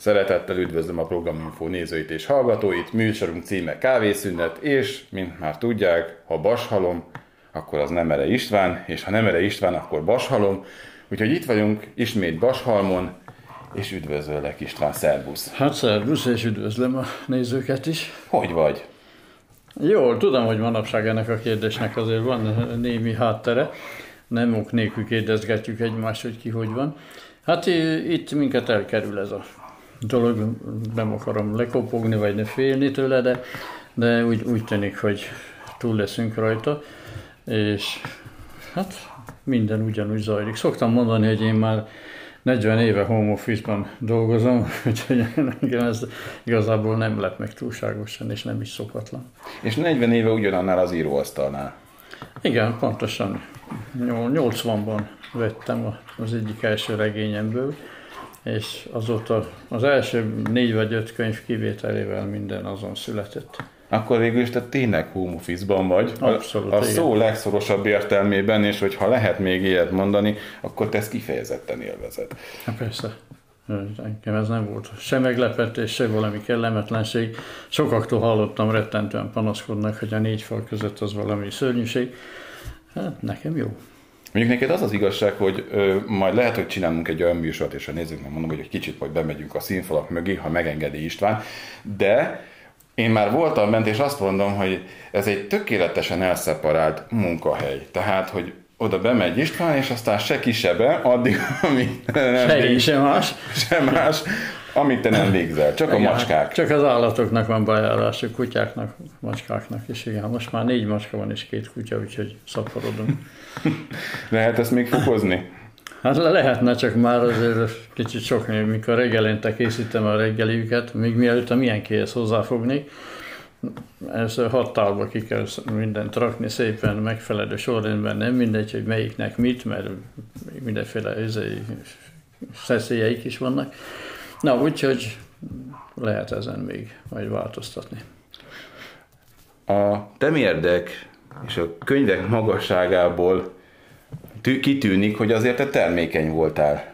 Szeretettel üdvözlöm a Programinfo nézőit és hallgatóit, műsorunk címe Kávészünet, és, mint már tudják, ha Bashalom, akkor az Nemere István, és ha Nemere István, akkor Bashalom. Úgyhogy itt vagyunk ismét Bashalmon, és üdvözöllek István, szervusz! Hát szervusz, és üdvözlöm a nézőket is. Hogy vagy? Jól, tudom, hogy manapság ennek a kérdésnek azért van némi háttere. Nem ok nélkül kérdezgetjük egymást, hogy ki hogy van. Hát itt minket elkerül ez a dolog, nem akarom lekopogni, vagy ne félni tőle, de úgy tűnik, hogy túl leszünk rajta, és hát minden ugyanúgy zajlik. Szoktam mondani, hogy én már 40 éve home office-ban dolgozom, úgyhogy engem ez igazából nem lep meg túlságosan, és nem is szokatlan. És 40 éve ugyanannál az íróasztalnál. Igen, pontosan. 80-ban vettem az egyik első regényemből, és azóta az első 4 vagy 5 könyv kivételével minden azon született. Akkor végül is te tényleg home office-ban vagy. Abszolút, a szó legszorosabb értelmében, és hogyha lehet még ilyet mondani, akkor te ezt kifejezetten élvezed. Hát persze. Nekem ez nem volt se meglepetés, se valami kellemetlenség. Sokaktól hallottam, rettentően panaszkodnak, hogy a 4 fal között az valami szörnyűség. Hát nekem jó. Mondjuk neked az az igazság, hogy majd lehet, hogy csinálunk egy olyan műsort, és a nézőknek mondom, hogy egy kicsit majd bemegyünk a színfalak mögé, ha megengedi István, de én már voltam bent, és azt mondom, hogy ez egy tökéletesen elszeparált munkahely. Tehát, hogy oda bemegy István, és aztán se kisebe, addig, amíg se más, amíg te nem végzel. Csak a macskák. Csak az állatoknak van bejárásuk, kutyáknak, macskáknak is. Igen, most már 4 macska van és 2 kutya, úgyhogy szaporodunk. Lehet ezt még fokozni? Hát lehetne, csak már azért kicsit sok, mikor reggelente készítem a reggeliüket, még mielőtt a milyenkéhez hozzáfognék. Először 6 tálba ki kell mindent rakni szépen, megfelelő sorrendben, nem mindegy, hogy melyiknek mit, mert mindenféle szeszélyeik is vannak. Na, úgyhogy lehet ezen még majd változtatni. A temérdek és a könyvek magasságából kitűnik, hogy azért te termékeny voltál.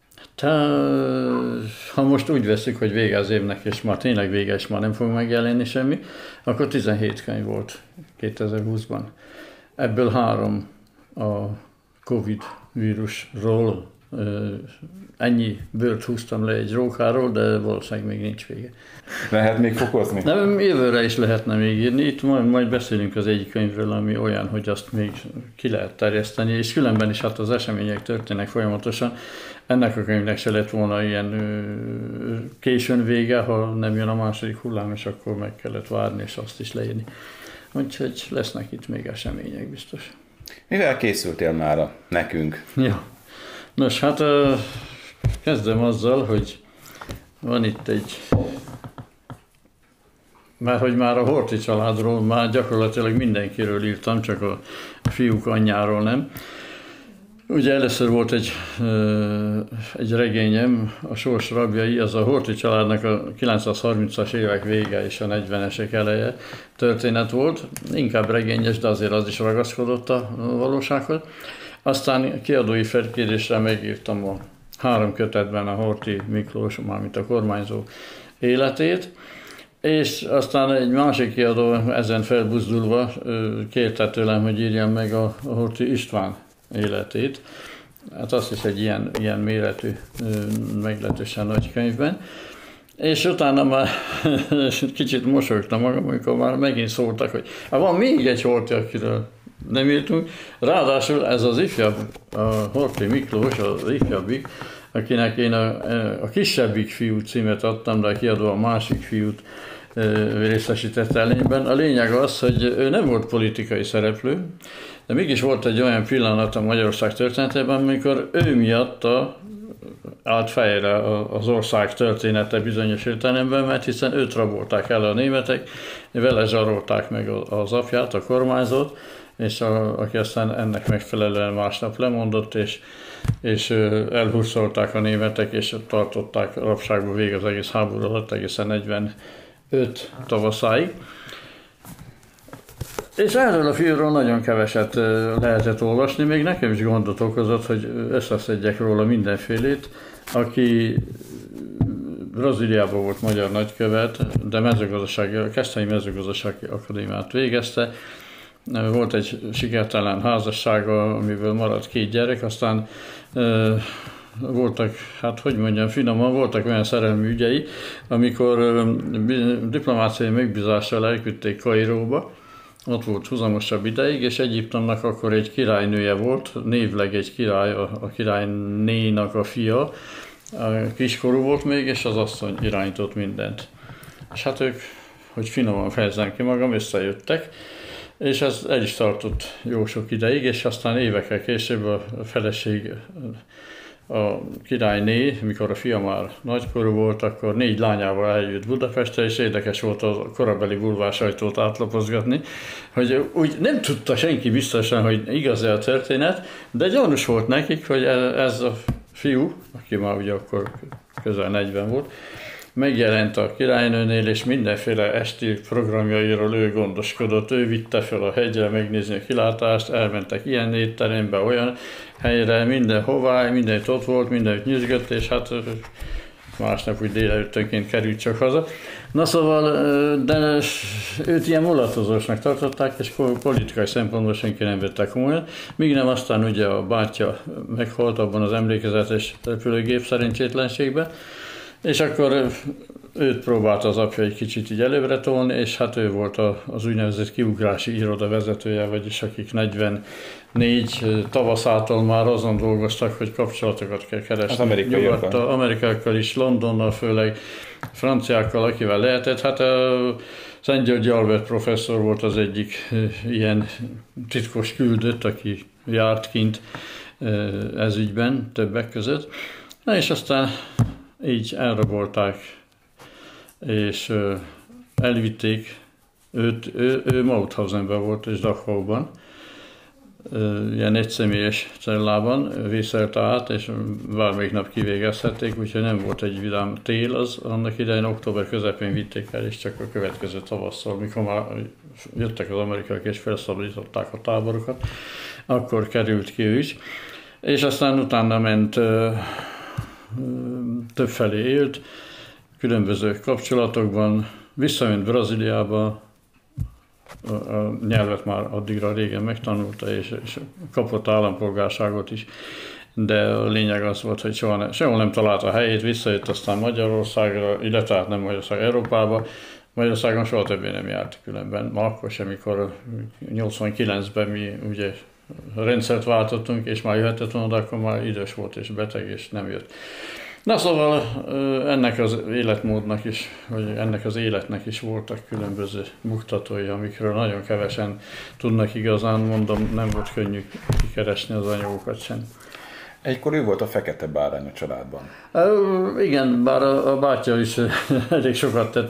Ha most úgy veszük, hogy vége az évnek, és már tényleg vége, és már nem fog megjelenni semmi, akkor 17 könyv volt 2020-ban. Ebből 3 a Covid vírusról. Ennyi bőrt húztam le egy rókáról, de valószínűleg még nincs vége. Lehet még fokozni? Nem, jövőre is lehetne még írni. Itt majd beszélünk az egyik könyvről, ami olyan, hogy azt még ki lehet terjeszteni, és különben is hát az események történnek folyamatosan. Ennek a könyvnek se lett volna ilyen későn vége, ha nem jön a második hullám, és akkor meg kellett várni, és azt is leírni. Úgyhogy lesznek itt még események biztos. Mivel készültél már nekünk? Ja. Nos, hát kezdem azzal, hogy van itt egy, már a Horthy családról már gyakorlatilag mindenkiről írtam, csak a fiúk anyjáról nem. Ugye először volt egy regényem, a Sors rabjai, az a Horthy családnak a 930-as évek vége és a 40-esek eleje történet volt. Inkább regényes, de azért az is ragaszkodott a valósághoz. Aztán kiadói felkérésre megírtam a 3 kötetben a Horthy Miklós, mármint a kormányzó életét, és aztán egy másik kiadó ezen felbuzdulva kérte tőlem, hogy írjam meg a Horthy István életét. Hát azt is egy ilyen méretű, meglehetősen nagy könyvben. És utána már kicsit mosolyogtam magam, amikor már megint szóltak, hogy van még egy Horthy, akiről nem írtunk. Ráadásul ez az ifjabb, a Horthy Miklós, az ifjabbik, akinek én a kisebbik fiú címet adtam, de a kiadó a másik fiút részesített előnyben. A lényeg az, hogy ő nem volt politikai szereplő, de mégis volt egy olyan pillanat a Magyarország történetében, amikor ő miatta állt fejre az ország története bizonyos értelemben, mert hiszen őt rabolták el a németek, vele zsarolták meg az apját, a kormányzót, és aki aztán ennek megfelelően másnap lemondott, és elhurcolták a németek, és tartották rabságba végig az egész háború alatt, egészen 45 tavaszáig. És erről a fiúról nagyon keveset lehetett olvasni, még nekem is gondot okozott, hogy összeszedjek róla mindenfélét, aki Brazíliában volt magyar nagykövet, de a Keszthelyi Mezőgazdasági Akadémiát végezte. Volt egy sikertelen házassága, amiből maradt 2 gyerek, aztán voltak, hát hogy mondjam, finoman, voltak olyan szerelmi ügyei, amikor diplomáciai megbízással elküldték Kairóba, ott volt húzamosabb ideig, és Egyiptomnak akkor egy királynője volt, névleg egy király, a királynénak a fia, kiskorú volt még, és az asszony irányított mindent. És hát ők, hogy finoman fejezzem ki magam, összejöttek, és ez el is tartott jó sok ideig, és aztán évekkel később a feleség, a királyné, mikor a fia már nagykorú volt, akkor 4 lányával eljött Budapestre, és érdekes volt a korabeli bulvársajtót átlapozgatni, hogy úgy nem tudta senki biztosan, hogy igaz-e a történet, de gyanús volt nekik, hogy ez a fiú, aki már ugye akkor közel 40 volt, megjelent a királynőnél, és mindenféle esti programjairól ő gondoskodott. Ő vitte fel a hegyre megnézni a kilátást, elmentek ilyen étterembe, olyan helyre, mindenhová, mindenütt ott volt, mindenütt nyüzsgött, és hát másnap úgy délelőttönként került csak haza. Na szóval, de őt ilyen mulatozósnak tartották, és politikai szempontból senki nem vette komolyan. Míg nem aztán ugye a bátyja meghalt abban az emlékezetes repülőgép szerencsétlenségben, és akkor őt próbálta az apja egy kicsit így előbbre tolni, és hát ő volt az úgynevezett kiugrási iroda vezetője, vagyis akik 44 tavaszától már azon dolgoztak, hogy kapcsolatokat kell keresni. Az amerikaiakkal is, Londonnal főleg, franciákkal, akivel lehetett. Hát Szent György Albert professzor volt az egyik ilyen titkos küldött, aki járt kint ez ügyben többek között. Na és aztán így elrabolták, és elvitték őt, ő Mauthausenben volt, és Dachauban, ilyen egyszemélyes cellában vészelte át, és bármelyik nap kivégezhették, úgyhogy nem volt egy vidám tél az, annak idején október közepén vitték el, és csak a következő tavasszal, mikor már jöttek az amerikaiak és felszabadították a táborokat, akkor került ki ő is, és aztán utána ment, többfelé élt, különböző kapcsolatokban, visszament Brazíliába, a nyelvet már addigra régen megtanulta, és kapott állampolgárságot is, de a lényeg az volt, hogy sehol nem találta a helyét, visszajött aztán Magyarországra, illetve hát nem Magyarország, Európába. Magyarországon soha többé nem járt különben, ma akkor sem, mikor 89-ben mi ugye rendszert váltottunk, és már jöhetett volna, de akkor már idős volt és beteg, és nem jött. Na szóval ennek az életmódnak is, vagy ennek az életnek is voltak különböző muktatói, amikről nagyon kevesen tudnak igazán, mondom, nem volt könnyű kikeresni az anyagokat sem. Egykor ő volt a fekete bárány a családban. Igen, bár a bátyja is elég sokat tett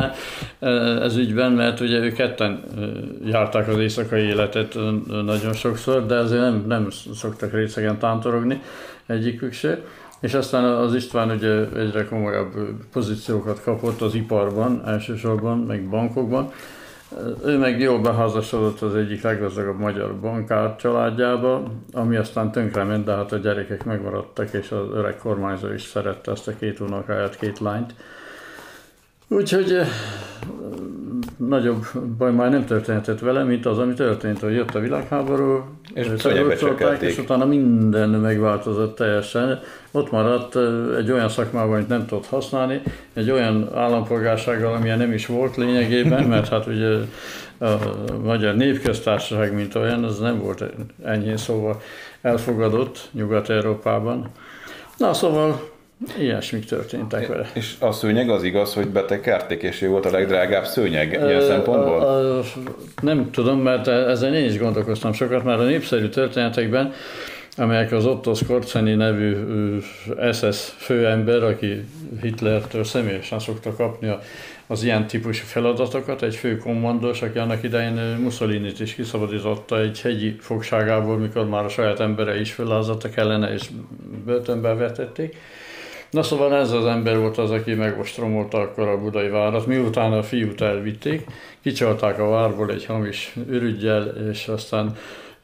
ez ügyben, mert ugye ők ketten járták az éjszakai életet nagyon sokszor, de azért nem szoktak részegen tántorogni egyikük se. És aztán az István ugye egyre komolyabb pozíciókat kapott az iparban, elsősorban, meg bankokban. Ő meg jól beházasodott az egyik leggazdagabb magyar bankár családjába, ami aztán tönkrement, de hát a gyerekek megmaradtak, és az öreg kormányzó is szerette ezt a 2 unokáját, 2 lányt. Úgyhogy nagyobb baj már nem történhetett vele, mint az, ami történt, hogy jött a világháború, és utána minden megváltozott teljesen. Ott maradt egy olyan szakmában, amit nem tudott használni, egy olyan állampolgársággal, amilyen nem is volt lényegében, mert hát ugye a Magyar Népköztársaság, mint olyan, az nem volt ennyi szóval elfogadott Nyugat-Európában. Na szóval ilyesmik történtek vele. És a szőnyeg az igaz, hogy betekerték, és ő volt a legdrágább szőnyeg ilyen szempontból? Nem tudom, mert ezen én is gondolkoztam sokat, már a népszerű történetekben, amelyek az Otto Skorzeny nevű SS főember, aki Hitlertől személyesen szokta kapni az ilyen típusú feladatokat, egy főkommandós, aki annak idején Mussolinit is kiszabadította egy hegyi fogságából, mikor már a saját embere is fellázadtak ellene, és börtönbe vetették. Na szóval ez az ember volt az, aki megostromolta akkor a budai várat, miután a fiút elvitték, kicsalták a várból egy hamis ürüggyel, és aztán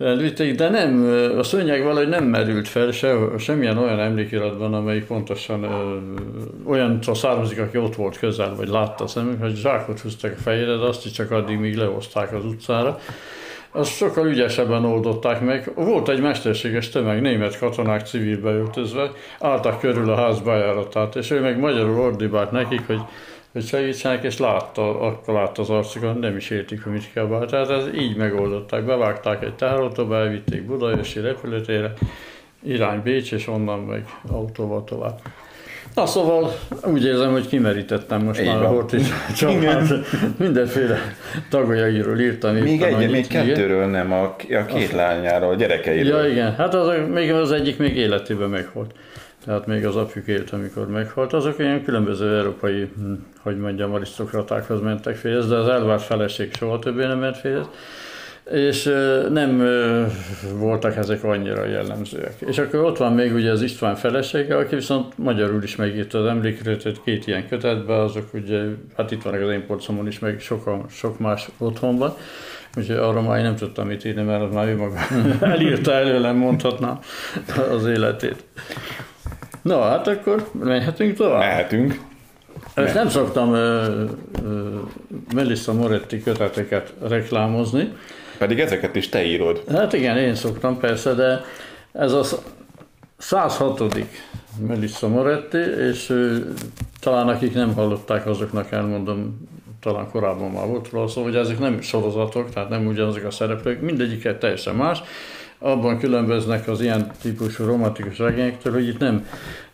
elvitték, de nem, a szőnyeg valahogy nem merült fel semmilyen olyan emlékiratban, amelyik pontosan olyan származik, aki ott volt közel, vagy látta a szemük, hogy zsákot húztak a fejére, de azt is csak addig, míg lehozták az utcára. Azt sokkal ügyesebben oldották meg. Volt egy mesterséges tömeg, német katonák civilbe öltözve, álltak körül a ház bejáratát, és ő meg magyarul ordibált nekik, hogy segítsenek, és akkor látta az arcukon, nem is értik, hogy mit kell bár. Tehát ez így megoldották, bevágták egy teherautóba, elvitték Budaörsi repülőtérre, irány Bécs, és onnan meg autóval tovább. Na szóval úgy érzem, hogy kimerítettem most már a Horthy család. Mindenféle tagolyairól írtam. Még kettőről nem, a két lányáról, a gyerekeiről. Ja igen, hát még az egyik még életében meghalt. Tehát még az apjuk élt, amikor meghalt. Azok ilyen különböző európai, hogy mondjam, arisztokratákhoz mentek férjhez, de az elvárt feleség soha többé nem ment férjhez. És nem voltak ezek annyira jellemzőek. És akkor ott van még ugye az István felesége, aki viszont magyarul is megírta az emlékiratot két ilyen kötetben, azok ugye, hát itt vannak az én polcomon is, meg sok más otthonban. Úgyhogy arra már én nem tudtam mit írni, mert az már ő maga elírta előlem, mondhatnám az életét. Na, hát akkor mehetünk tovább? Mehetünk. Ezt nem szoktam Melissa Moretti köteteket reklámozni. Pedig ezeket is te írod. Hát igen, én szoktam persze, de ez a 106. Melissa Moretti, és talán akik nem hallották, azoknak elmondom, talán korábban már volt róla szó, hogy ezek nem sorozatok, tehát nem ugyanazok a szereplők, mindegyiket teljesen más. Abban különböznek az ilyen típusú romantikus regényektől, hogy itt nem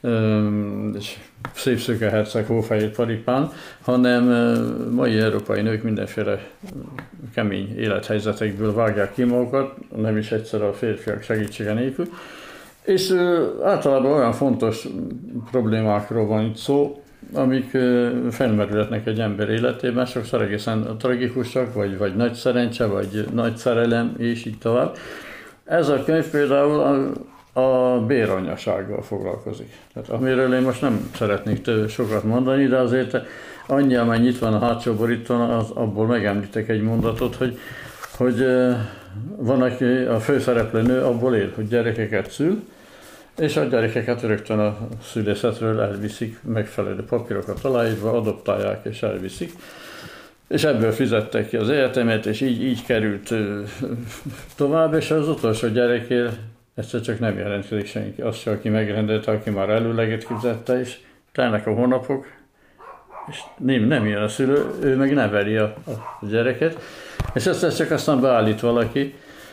szép szőke herceg hófehér paripán, hanem mai európai nők mindenféle kemény élethelyzetekből vágják ki magukat, nem is egyszer a férfiak segítsége nélkül. És általában olyan fontos problémákról van itt szó, amik felmerülhetnek egy ember életében, sokszor egészen tragikusak, vagy nagy szerencse, vagy nagy szerelem, és így tovább. Ez a könyv például a béranyasággal foglalkozik. Tehát amiről én most nem szeretnék sokat mondani, de azért annyi, amennyi itt van a hátsó borítón, abból megemlítek egy mondatot, hogy van, aki a főszereplő nő abból él, hogy gyerekeket szül, és a gyerekeket rögtön a szülészetről elviszik, megfelelő papírokat aláírva, adoptálják és elviszik. És ebből fizettek ki az egyetemet, és így került tovább, és az utolsó gyerekért egyszer csak nem jelentkezik senki. Az se, aki megrendelte, aki már előleget fizette, és telnek a hónapok, és nem jön a szülő, ő meg neveli a gyereket, és ezt csak aztán beállít valaki,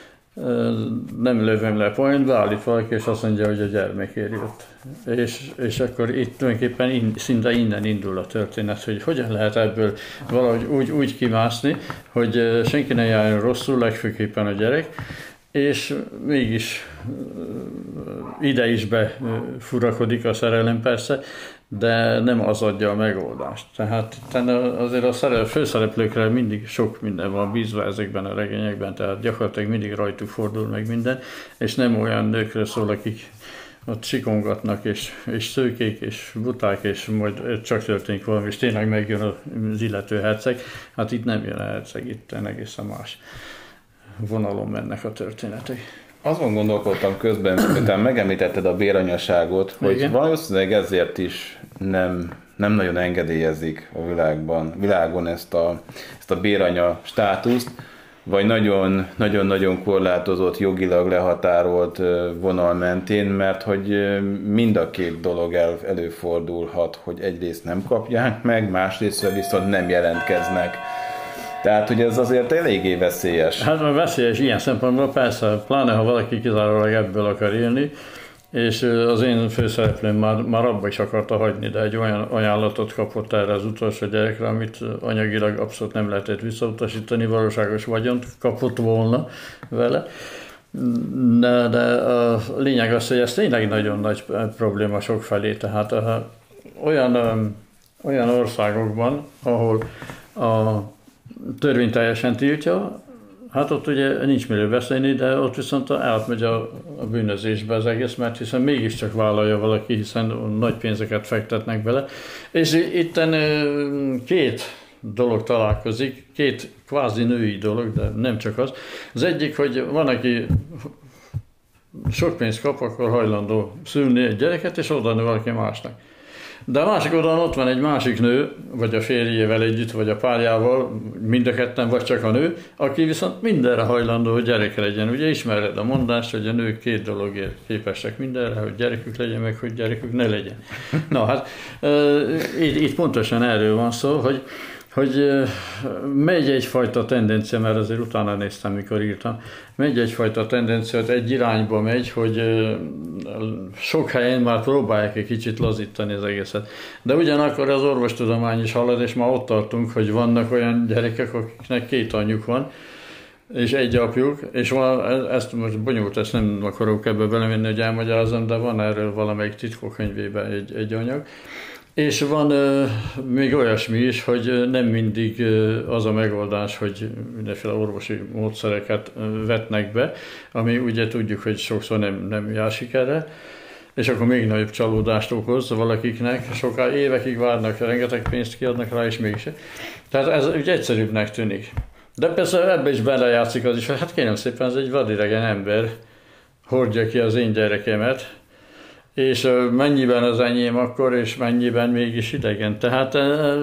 nem lövöm le point, beállít valaki, és azt mondja, hogy a gyermekért jött. És akkor itt tulajdonképpen szinte innen indul a történet, hogy hogyan lehet ebből valahogy úgy kimászni, hogy senki ne járjon rosszul, legfőképpen a gyerek, és mégis ide is befurakodik a szerelem persze, de nem az adja a megoldást. Tehát azért a főszereplőkre mindig sok minden van bízva ezekben a regényekben, tehát gyakorlatilag mindig rajtuk fordul meg minden, és nem olyan nőkről szól, akik ott sikongatnak, és szőkék, és buták, és majd csak történik valami, és tényleg megjön az illető herceg. Hát itt nem jön a herceg, itt egészen más vonalon mennek a történetek. Azon gondolkodtam közben, miután megemlítetted a béranyaságot, hogy igen, valószínűleg ezért is nem nagyon engedélyezik a világon ezt a béranya státuszt, vagy nagyon-nagyon korlátozott, jogilag lehatárolt vonal mentén, mert hogy mind a két dolog előfordulhat, hogy egyrészt nem kapják meg, másrészt viszont nem jelentkeznek. Tehát, hogy ez azért eléggé veszélyes. Hát veszélyes ilyen szempontból, persze, pláne ha valaki kizárólag ebből akar élni, és az én főszereplőm már abba is akarta hagyni, de egy olyan ajánlatot kapott erre az utolsó gyerekre, amit anyagilag abszolút nem lehetett visszautasítani, valóságos vagyont kapott volna vele. De a lényeg az, hogy ez tényleg nagyon nagy probléma sokfelé, tehát olyan országokban, ahol a törvény teljesen tiltja, hát ott ugye nincs miről beszélni, de ott viszont átmegy a bűnözésbe az egész, mert hiszen mégiscsak vállalja valaki, hiszen nagy pénzeket fektetnek bele. És itten két dolog találkozik, két kvázi női dolog, de nem csak az. Az egyik, hogy van, aki sok pénzt kap, akkor hajlandó szülni egy gyereket, és odaadni valaki másnak. De a másik oldalon ott van egy másik nő, vagy a férjével együtt, vagy a párjával, mind a ketten, vagy csak a nő, aki viszont mindenre hajlandó, hogy gyereke legyen. Ugye ismered a mondást, hogy a nők két dologért képesek mindenre, hogy gyerekük legyen, meg hogy gyerekük ne legyen. Na hát, itt pontosan erről van szó, hogy megy egyfajta tendencia, mert azért utána néztem, mikor írtam, megy egyfajta tendencia, hogy egy irányba megy, hogy sok helyen már próbálják egy kicsit lazítani az egészet. De ugyanakkor az orvostudomány is halad, és már ott tartunk, hogy vannak olyan gyerekek, akiknek két anyjuk van, és egy apjuk, és ezt most bonyolult, ezt nem akarok ebbe belemenni, hogy elmagyarázom, de van erről valamelyik titkókönyvében egy anyag. És van még olyasmi is, hogy nem mindig az a megoldás, hogy mindenféle orvosi módszereket vetnek be, ami ugye tudjuk, hogy sokszor nem jár sikerre, és akkor még nagyobb csalódást okoz valakiknek, soká évekig várnak, rengeteg pénzt kiadnak rá, és mégse. Tehát ez ugye egyszerűbbnek tűnik. De persze ebbe is belejátszik az is, hogy hát kérem szépen, ez egy vadidegen ember, hordja ki az én gyerekemet, és mennyiben az enyém akkor, és mennyiben mégis idegen. Tehát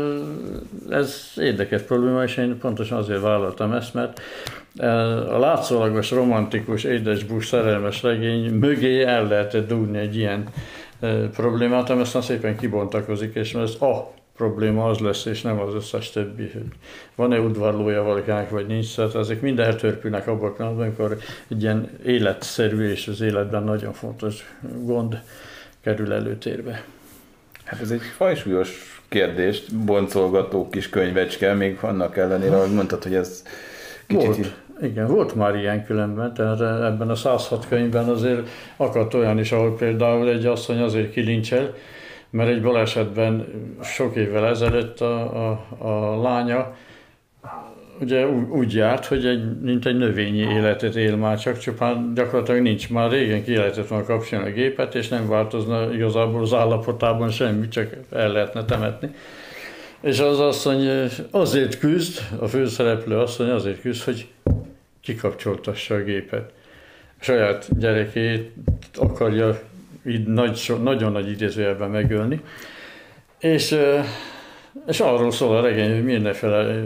ez érdekes probléma, és én pontosan azért vállaltam ezt, mert a látszólagos, romantikus, édesbús, szerelmes regény mögé el lehetett dugni egy ilyen problémát, ami aztán szépen kibontakozik, és ez a probléma az lesz, és nem az összes többi, hogy van-e udvarlója valakinek, vagy nincs, tehát ezek mind eltörpülnek abban a pillanatban, amikor egy ilyen életszerű és az életben nagyon fontos gond kerül előtérbe. Hát ez egy fajsúlyos kérdést, boncolgató kis könyvecske, még annak ellenére, ahogy mondtad, hogy ez kicsit... Volt. Igen, volt már ilyen különben, tehát ebben a 106 könyvben azért akadt olyan is, ahol például egy asszony azért kilincsel, mert egy balesetben sok évvel ezelőtt a lánya ugye úgy járt, hogy mint egy növényi életet él már, csak csupán gyakorlatilag nincs. Már régen ki lehetett volna kapcsolni a gépet, és nem változna igazából az állapotában semmi, csak el lehetne temetni. És az asszony azért küzd, a főszereplő asszony azért küzd, hogy kikapcsoltassa a gépet. A saját gyerekét akarja így nagyon nagy idézőjelben megölni. És arról szól a regény, hogy mindenféle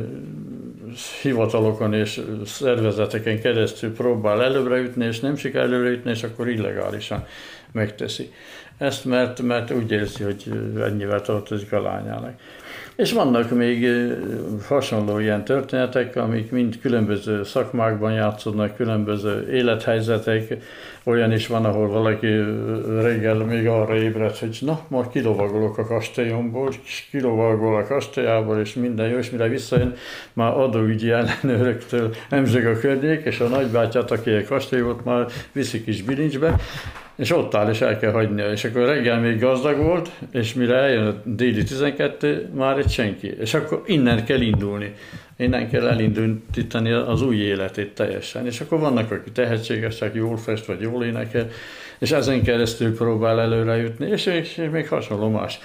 hivatalokon és szervezeteken keresztül próbál előbbre jutni, és nem sikerül előbbre jutni, és akkor illegálisan megteszi. Ezt mert úgy érzi, hogy ennyivel tartozik a lányának. És vannak még hasonló ilyen történetek, amik mind különböző szakmákban játszódnak, különböző élethelyzetek. Olyan is van, ahol valaki reggel még arra ébred, hogy na, majd kilovagolok a kastélyomból, kilovagol a kastélyából, és minden jó, és mire visszajön, már adóügyi ellenőröktől emzseg a környék, és a nagybátyát, aki egy kastély volt, már viszik is bilincsbe, és ott áll, és el kell hagynia. És akkor reggel még gazdag volt, és mire eljön a déli 12, már egy senki. És akkor innen kell indulni. Innen kell elindítani az új életét teljesen. És akkor vannak, akik tehetségesek, jól fest, vagy jól énekel, és ezen keresztül próbál előre jutni, és még hasonló más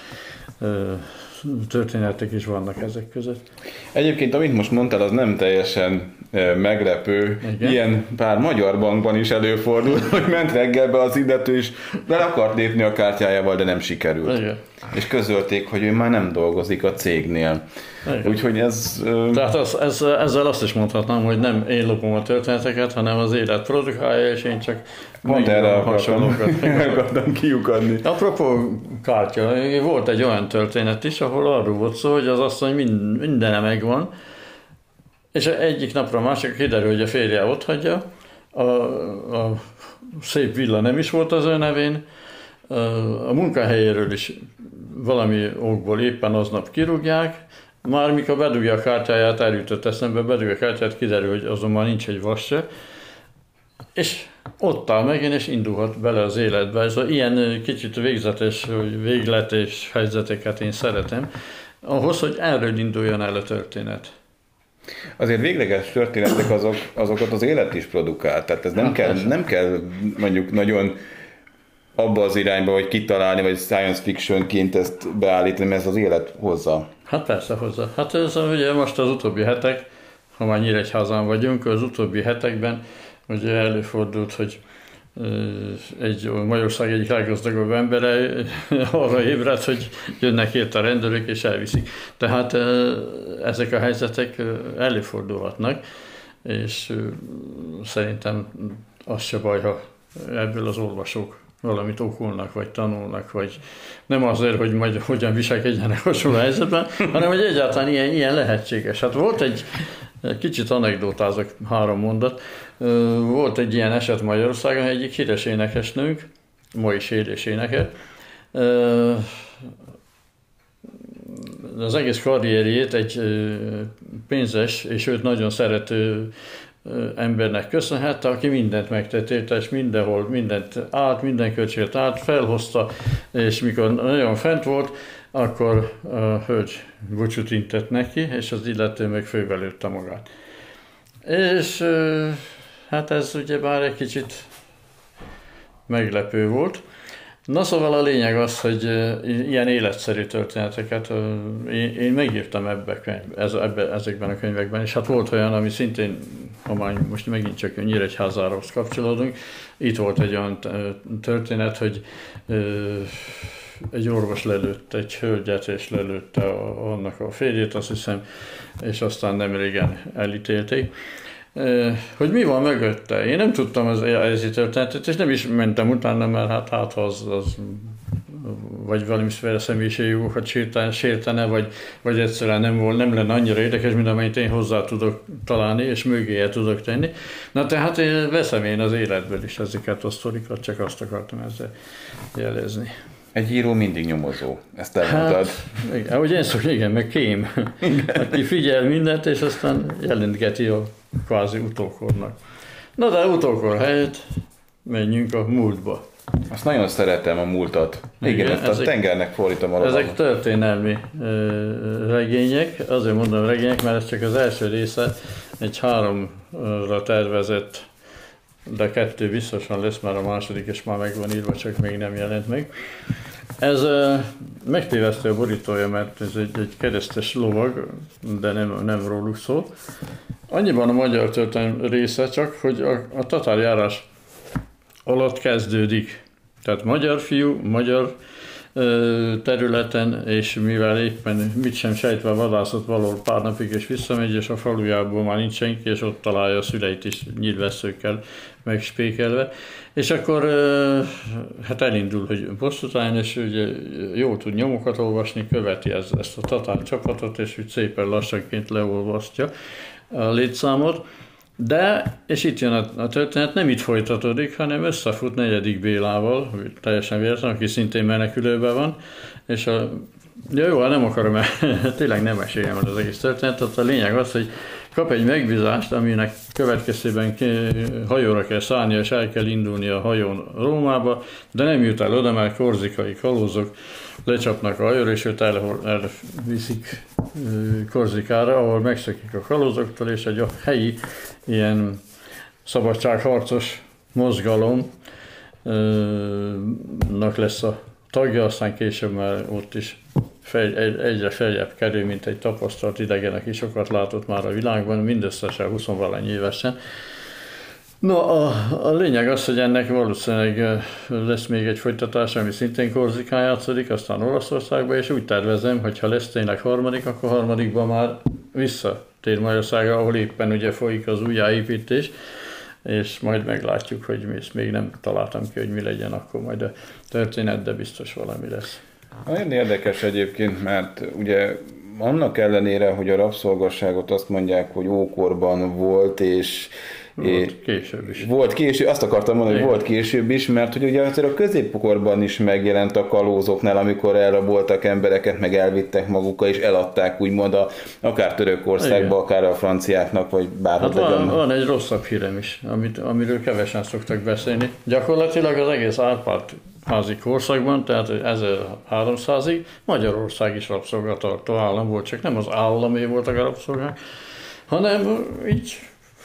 történetek is vannak ezek között. Egyébként, amit most mondtál, az nem teljesen meglepő. Igen? Ilyen pár magyar bankban is előfordul, hogy ment reggelbe az illető, és bele akart lépni a kártyájával, de nem sikerült. Igen. És közölték, hogy ő már nem dolgozik a cégnél. Igen. Úgyhogy ez... Tehát ezzel azt is mondhatnám, hogy nem én lopom a történeteket, hanem az élet produkálja, és én csak pont erre akartam kiukadni. Apropó kártya, volt egy olyan történet is, ahol arról volt szó, hogy az asszony mindene megvan, és egyik napra a másik kiderül, hogy a férje otthagyja, a szép villa nem is volt az ő nevén, a munkahelyéről is valami okból éppen aznap kirúgják, már mikor bedugja a kártyáját, eljutott eszembe, bedugja a kártyát, kiderül, hogy azonban nincs egy vas se, és ott áll megint, és indulhat bele az életbe. Ez ilyen kicsit végzetes, végletes helyzeteket én szeretem, ahhoz, hogy erről induljon el a történet. Azért végleges történetek azokat az élet is produkál, tehát ez nem kell mondjuk nagyon abba az irányba, hogy kitalálni, vagy science fictionként ezt beállítani, mert ez az élet hozza. Hát persze hozzá. Hát ez ugye most az utóbbi hetek, ha már Nyíregyházán vagyunk, az utóbbi hetekben ugye előfordult, hogy Magyarország egyik leggazdagabb embere arra ébredt, hogy jönnek érte a rendőrök és elviszik. Tehát ezek a helyzetek előfordulhatnak, és szerintem az se baj, ha ebből az olvasók valamit okulnak, vagy tanulnak, vagy nem azért, hogy majd hogyan viselkedjenek hasonló helyzetben, hanem hogy egyáltalán ilyen lehetséges. Hát volt egy kicsit anekdotázok, 3 mondat. Volt egy ilyen eset Magyarországon, egyik híres énekesnőnk, ma is él és énekel, az egész karrierjét egy pénzes és őt nagyon szerető embernek köszönhette, aki mindent megtett érte, és mindenhol mindent minden költséget felhozta, és mikor nagyon fent volt, akkor a hölgy búcsút intett neki, és az illető meg főbelőtte magát. És hát ez ugye bár egy kicsit meglepő volt. Na szóval a lényeg az, hogy ilyen életszerű történeteket én megírtam ezekben a könyvekben, és hát volt olyan, ami szintén, ha már most megint csak Nyíregyházához kapcsolódunk, itt volt egy olyan történet, hogy egy orvos lelőtt egy hölgyet, és lelőtte annak a férjét, azt hiszem, és aztán nem régen elítélték. Hogy mi van mögötte? Én nem tudtam az történetet, és nem is mentem utána, mert hát az vagy valamiféle személyiségjogokat sértene, vagy egyszerűen nem lenne annyira érdekes, mint amennyit én hozzá tudok találni, és mögéje tudok tenni. Na tehát én veszem én az életből is ezeket a sztorikat, csak azt akartam ezzel jelezni. Egy író mindig nyomozó, ezt elmondtad. Hát, igen, ahogy én szok, igen, meg kém, aki figyel mindent, és aztán jelentgeti a kvázi utókornak. Na de utókor helyett menjünk a múltba. Azt nagyon szeretem, a múltat. Igen, ezt a tengernek fordítom alapban. Ezek történelmi regények, azért mondom regények, mert ez csak az első része, egy 3-ra tervezett, de 2 biztosan lesz, már a második és már meg van írva, csak még nem jelent meg. Ez megtévesztő a borítója, mert ez egy keresztes lovag, de nem róluk szól. Annyiban a magyar történelem része csak, hogy a tatárjárás alatt kezdődik. Tehát magyar fiú, magyar területen, és mivel éppen mit sem sejtve vadászott valahol pár napig, és visszamegy, és a falujából már nincs senki, és ott találja a szüleit is nyílvesszőkkel megspékelve. És akkor hát elindul, hogy bosszút álljon, és ugye jól tud nyomokat olvasni, követi ezt a tatár csapatot, és úgy szépen lassanként leolvasztja a létszámot. De, és itt jön a történet, nem itt folytatódik, hanem összefut 4. Bélával, teljesen véletlen, aki szintén menekülőben van, és jó, nem akarom, mert tényleg nem meséljem az egész történetet. A lényeg az, hogy kap egy megbízást, aminek következtében hajóra kell szállnia, és el kell indulni a hajón Rómába, de nem jut el oda, mert korzikai kalózok lecsapnak a hajóra, és őt elviszik Korzikára, ahol megszökik a kalózoktól, és egy helyi ilyen szabadságharcos mozgalomnak lesz a tagja, aztán később már ott is egyre feljebb kerül, mint egy tapasztalt idegen, aki sokat látott már a világban, mindösszesen 20-valány évesen. No, a lényeg az, hogy ennek valószínűleg lesz még egy folytatás, ami szintén Korzikán játszódik, aztán Olaszországban, és úgy tervezem, hogy ha lesz tényleg harmadik, akkor harmadikban már visszatér Magyarországra, ahol éppen ugye folyik az újjáépítés, és majd meglátjuk, hogy ezt még nem találtam ki, hogy mi legyen akkor majd a történet, de biztos valami lesz. Nagyon érdekes egyébként, mert ugye annak ellenére, hogy a rabszolgasságot azt mondják, hogy ókorban volt, és volt később is. Volt később, azt akartam mondani, hogy volt később is, mert hogy ugye azért a középkorban is megjelent a kalózoknál, amikor elraboltak embereket, meg elvittek magukkal, és eladták úgymond akár Törökországba, akár a franciáknak, vagy bárhogy. Hát van egy rosszabb hírem is, amiről kevesen szoktak beszélni. Gyakorlatilag az egész Árpád-házi korszakban, tehát 1300-ig Magyarország is rabszolgatartó állam volt, csak nem az államé voltak a rabszolgák, hanem így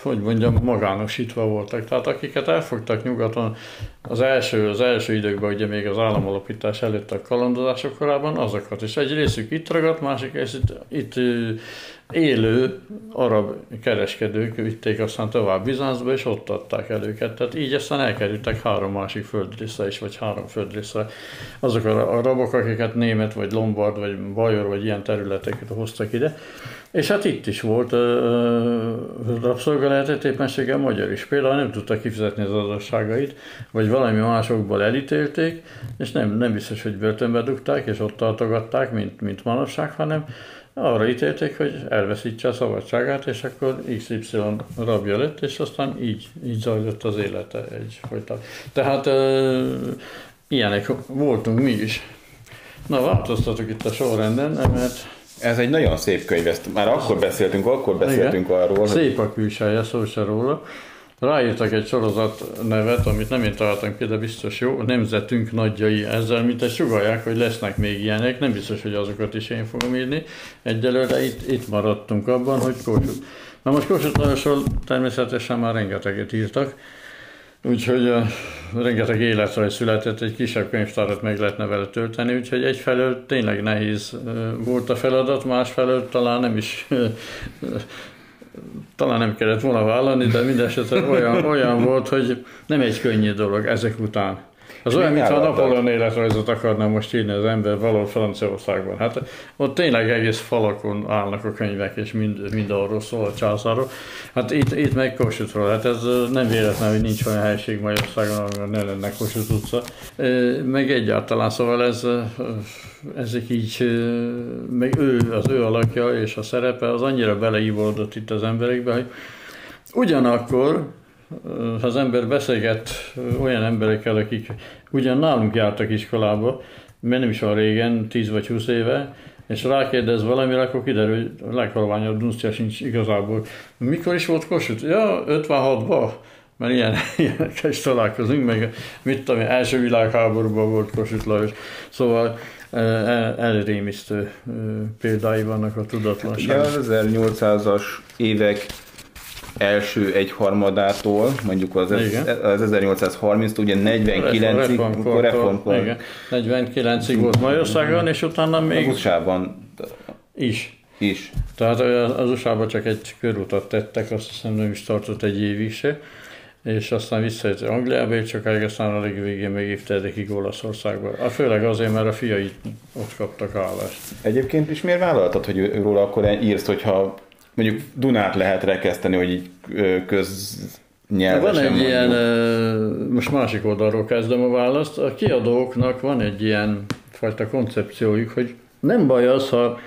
hogy mondjam, magánosítva voltak. Tehát akiket elfogtak nyugaton az első időkben, ugye még az államalapítás előtt a kalandozások korában, azokat is. Egy részük itt ragadt, másik rész itt élő arab kereskedők vitték aztán tovább Bizáncba, és ott adták el őket. Tehát így aztán elkerültek 3 másik földrészre is, vagy 3 földrészre. Azok a arabok, akiket német, vagy lombard, vagy bajor, vagy ilyen területeket hoztak ide. És hát itt is volt rabszolga éppenséggel magyar is. Például nem tudta kifizetni az adósságait, vagy valami másokból elítélték, és nem biztos, hogy börtönbe dugták, és ott tartogatták, mint manapság, hanem arra ítélték, hogy elveszítse a szabadságát, és akkor XY rabja lett, és aztán így zajlott az élete egyfajta. Tehát ilyenek voltunk mi is. Na, változtatok itt a sorrenden, mert... Ez egy nagyon szép könyv, ezt már akkor beszéltünk arról. Szép a külseje, szó se róla. Ráírtak egy sorozat nevet, amit nem én találtam ki, de biztos jó, Nemzetünk nagyjai. Ezzel mint sugallják, hogy lesznek még ilyenek, nem biztos, hogy azokat is én fogom írni. Egyelőre itt maradtunk abban, hogy Kossuth. Na most Kossuth Lajosról természetesen már rengeteget írtak, úgyhogy rengeteg életrajz született, egy kisebb könyvtárat meg lehetne vele tölteni, úgyhogy egyfelől tényleg nehéz volt a feladat, másfelől talán nem kellett volna vállalni, de mindesetre olyan volt, hogy nem egy könnyű dolog ezek után. Az olyan, mintha a Napóleon életrajzot akarna most írni az ember valahol Franciaországban. Hát ott tényleg egész falakon állnak a könyvek, és mind arról szól a császárról. Hát itt meg Kossuthról. Hát ez nem véletlen, hogy nincs olyan helység Magyarországon, ahol ne lenne Kossuth utca. Meg egyáltalán, szóval ezek így, meg az ő alakja és a szerepe az annyira beleívódott itt az emberekbe, hogy ugyanakkor ha az ember beszélget olyan emberekkel, akik ugyan nálunk jártak iskolába, mert nem is van régen, 10 vagy 20 éve, és rákérdez valamire, akkor kiderül, hogy a leghalványabb dunsztja sincs igazából. Mikor is volt Kossuth? Ja, 56-ban, mert ilyenekkel is találkozunk, meg mit tudom, első világháborúban volt Kossuth Lajos. Szóval elrémisztő példái vannak a tudatlanságban. Az 1800-as évek első egyharmadától, mondjuk az 1830-tól, ugye 49-ig, reformkor. 49-ig volt Magyarországon, és utána még... Az USA-ban is. Tehát az USA-ban csak egy körutat tettek, azt hiszem nem is tartott egy évig se, és aztán visszajött Angliába, és csak aztán a legvégén még évtizedekig Olaszországban. Főleg azért, mert a fiai ott kaptak állást. Egyébként is miért vállaltad, hogy róla akkor írsz, hogyha mondjuk Dunát lehet rekeszteni, hogy így köznyelvesen van egy ilyen, most másik oldalról kezdem a választ, a kiadóknak van egy ilyen fajta koncepciójuk, hogy nem baj az, ha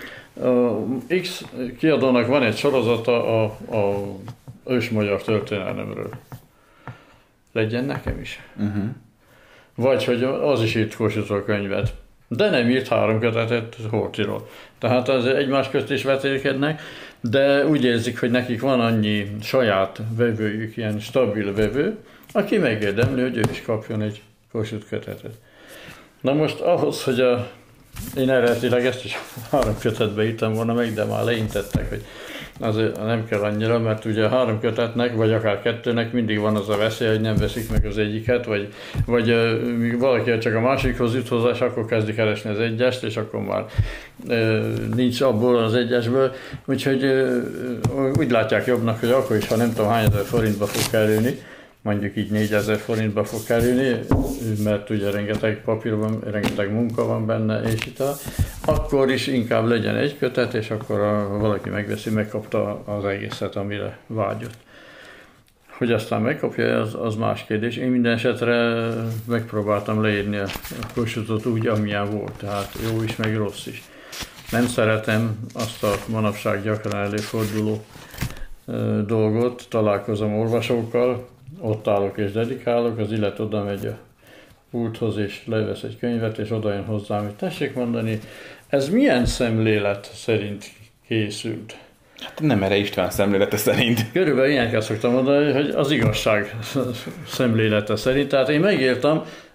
X kiadónak van egy sorozata a ősmagyar történelemről. Legyen nekem is. Uh-huh. Vagy hogy az is írt Kossuthról könyvet. De nem írt 3 kötetet Horthyról. Tehát az egymás közt is vetélkednek, de úgy érzik, hogy nekik van annyi saját vevőjük, ilyen stabil vevő, aki megérdemli, hogy ő is kapjon egy Kossuth kötetet. Na most ahhoz, hogy én eredetileg ezt is 3 kötetbe írtam volna meg, de már leintettek, hogy azért nem kell annyira, mert ugye 3 kötetnek, vagy akár 2-nek mindig van az a veszély, hogy nem veszik meg az egyiket, vagy valaki csak a másikhoz jut hozzá, és akkor kezdi keresni az egyest, és akkor már nincs abból az egyesből. Úgyhogy úgy látják jobbnak, hogy akkor is, ha nem tudom hány ezer forintba fog kerülni, mondjuk így 4000 forintba fog kerülni, mert ugye rengeteg papír van, rengeteg munka van benne, és itt akkor is inkább legyen egy kötet, és akkor valaki megveszi, megkapta az egészet, amire vágyott. Hogy aztán megkapja, az más kérdés. Én minden esetre megpróbáltam leírni a Kossuthot úgy, amilyen volt, tehát jó is, meg rossz is. Nem szeretem azt a manapság gyakran előforduló dolgot, találkozom olvasókkal, ott állok és dedikálok, az illető oda megy a pulthoz és levesz egy könyvet, és oda jön hozzám, hogy tessék mondani, ez milyen szemlélet szerint készült? Hát nem erre István szemlélete szerint. Körülbelül ilyeneket szoktam mondani, hogy az igazság szemlélete szerint. Tehát én megírtam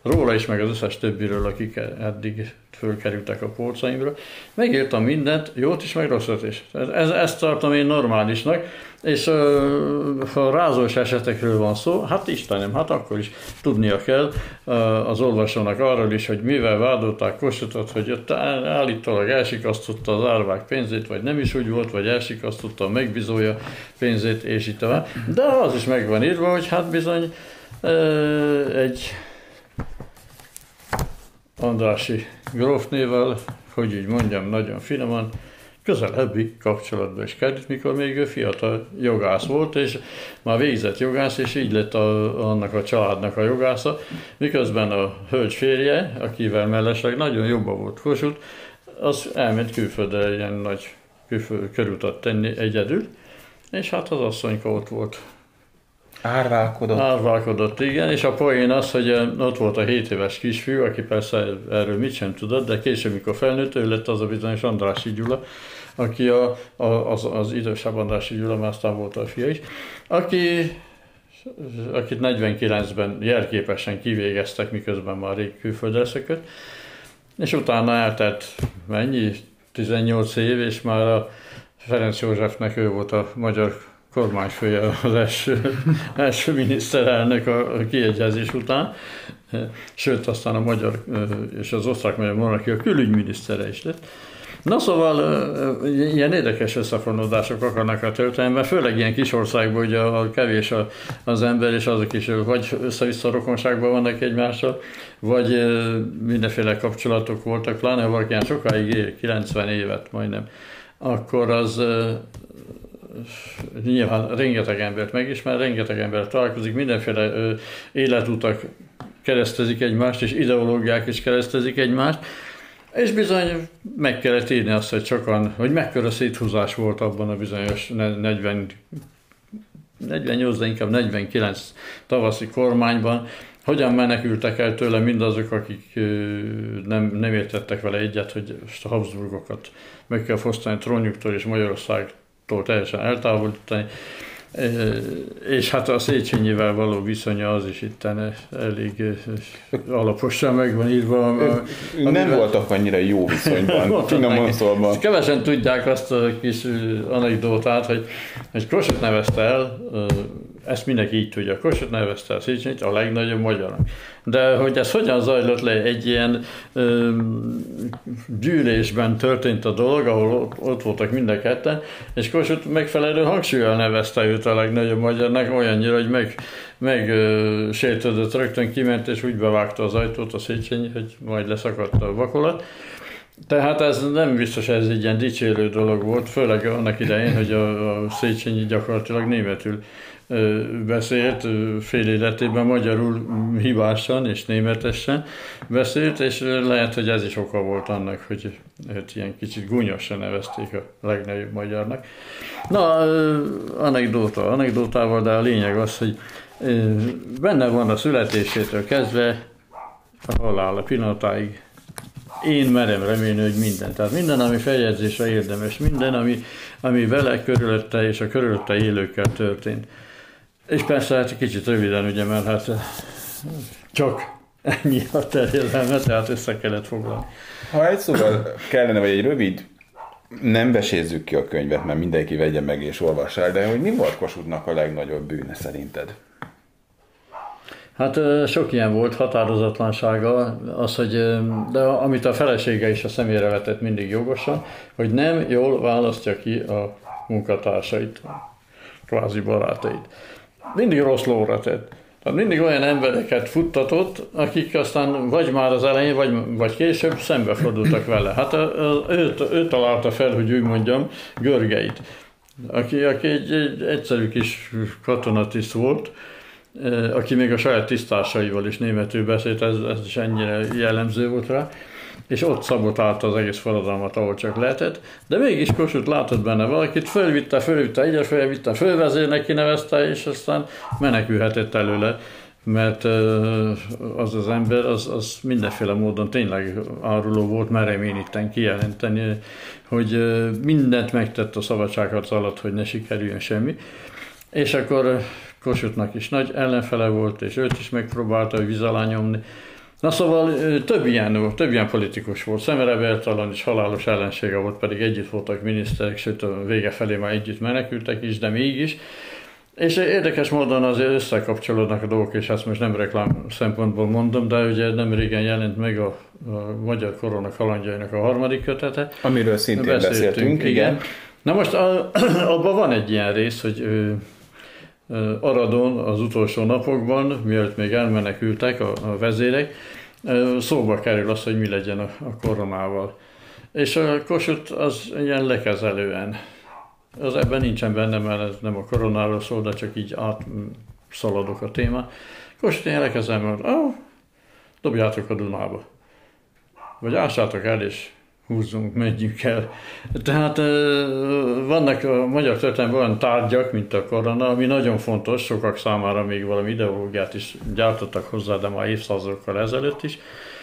róla is, meg az összes többiről, akik eddig fölkerültek a polcaimra. Megírtam mindent, jót is, meg rosszat is. Ezt tartom én normálisnak, és ha rázós esetekről van szó, hát Istenem, hát akkor is tudnia kell az olvasónak arról is, hogy mivel vádolták Kossuthot, hogy ott állítólag elsikasztotta az árvák pénzét, vagy nem is úgy volt, vagy elsikasztotta a megbízója pénzét, és itt tovább. De az is meg van írva, hogy hát bizony egy Andrássy grófnéval, hogy úgy mondjam, nagyon finoman, közelebbi kapcsolatba is került, mikor még ő fiatal jogász volt, és már végzett jogász, és így lett annak a családnak a jogásza, miközben a hölgy férje, akivel mellesleg nagyon jobban volt Kossuth, az elment külföldre ilyen nagy körutat tenni egyedül, és hát az asszonyka ott volt. Árválkodott, igen, és a poén az, hogy ott volt a 7 éves kisfiú, aki persze erről mit sem tudott, de később, mikor felnőtt, ő lett az a bizonyos Andrássy Gyula, aki az idősebb Andrássy Gyula, már aztán volt a fia is, akit 49-ben jelképesen kivégeztek, miközben már rég külföldre szökött, és utána eltelt mennyi? 18 év, és már a Ferenc Józsefnek ő volt a magyar kormányfője, az első miniszterelnök a kiegyezés után, sőt aztán a magyar és az osztrák-magyar monarchia külügyminisztere is lett. Na szóval ilyen érdekes összefonódások akarnak a történelemben, főleg ilyen kis országban, ugye a kevés az ember, és azok is vagy össze-vissza rokonságban vannak egymással, vagy mindenféle kapcsolatok voltak, pláne ha valaki sokáig él, 90 évet majdnem, akkor az nyilván rengeteg embert megismer, rengeteg embert találkozik, mindenféle életutak keresztezik egymást, és ideológiák is keresztezik egymást, és bizony meg kellett írni azt, hogy sokan, hogy mekkora széthúzás volt abban a bizonyos 48, de inkább 49 tavaszi kormányban, hogyan menekültek el tőle mindazok, akik nem értettek vele egyet, hogy a Habsburgokat meg kell fosztani trónjuktól és Magyarországtól teljesen eltávolítani. És hát a Széchenyivel való viszonya az is itt elég alaposan meg van írva. Nem voltak annyira jó viszonyban, finoman szólva. Kevesen tudják azt a kis anekdótát, hogy Kossuth nevezte el, ezt mindenki így tudja, Kossuth nevezte el Széchenyit a legnagyobb magyarnak. De hogy ez hogyan zajlott le, egy ilyen gyűlésben történt a dolog, ahol ott voltak mind a ketten, és Kossuth megfelelő hangsúllyal nevezte őt a legnagyobb magyarnak, olyannyira, hogy megsértődött, rögtön kiment, és úgy bevágta az ajtót a Széchenyi, hogy majd leszakadt a vakolat. Tehát ez nem biztos, ez egy ilyen dicsérő dolog volt, főleg annak idején, hogy a Széchenyi gyakorlatilag németül beszélt, fél életében magyarul hibásan és németesen beszélt, és lehet, hogy ez is oka volt annak, hogy ilyen kicsit gúnyosan nevezték a legnagyobb magyarnak. Na, anekdótával, de a lényeg az, hogy benne van a születésétől kezdve a halála pillanatáig. Én merem remélni, hogy minden. Tehát minden, ami feljegyzésre érdemes, minden, ami vele, körülötte és a körülötte élőkkel történt. És persze hát kicsit röviden, ugye, mert hát csak ennyi a terjedelme, tehát össze kellett foglalni. Ha egy szóval kellene, vagy egy rövid, nem vesézzük ki a könyvet, mert mindenki vegye meg és olvassa el, de hogy mi volt Kossuthnak a legnagyobb bűne szerinted? Hát sok ilyen volt, határozatlansága, az, hogy, de amit a felesége is a szemére vetett mindig jogosan, hogy nem jól választja ki a munkatársait, kvázi barátait. Mindig rossz lóra tett. Tehát mindig olyan embereket futtatott, akik aztán vagy már az elején, vagy később szembefordultak vele. Hát ő találta fel, hogy úgy mondjam, Görgeit, aki egy egyszerű kis katonatiszt volt, aki még a saját tisztársaival is németül beszélt, ez is ennyire jellemző volt rá, és ott szabotálta az egész forradalmat, ahol csak lehetett, de mégis Kossuth látott benne valakit, fölvitte, egyre fölvitte, fölvezérnek kinevezte, és aztán menekülhetett előle, mert az ember, az mindenféle módon tényleg áruló volt, merem én itten kijelenteni, hogy mindent megtett a szabadságharc alatt, hogy ne sikerüljön semmi, és akkor Kossuthnak is nagy ellenfele volt, és őt is megpróbálta víz alá nyomni. Na szóval több ilyen politikus volt. Szemere Bertalan is halálos ellensége volt, pedig együtt voltak miniszterek, sőt a vége felé már együtt menekültek is, de mégis. És érdekes módon azért összekapcsolódnak a dolgok, és ezt most nem reklám szempontból mondom, de ugye nem régen jelent meg a Magyar Korona kalandjainak a 3. kötete. Amiről szintén beszéltünk, igen. Na most abban van egy ilyen rész, hogy Aradon az utolsó napokban, mielőtt még elmenekültek a vezérek, szóba kerül az, hogy mi legyen a koronával. És a Kossuth az ilyen lekezelően. Az ebben nincsen benne, mert ez nem a koronáról szól, de csak így átszaladok a témát. Kossuth ilyen lekezelően, hogy dobjátok a Dunába. Vagy ássátok el, és húzzunk, menjünk el. Tehát vannak a magyar történelemben olyan tárgyak, mint a korona, ami nagyon fontos, sokak számára még valami ideológiát is gyártottak hozzá, de már évszázadokkal ezelőtt is.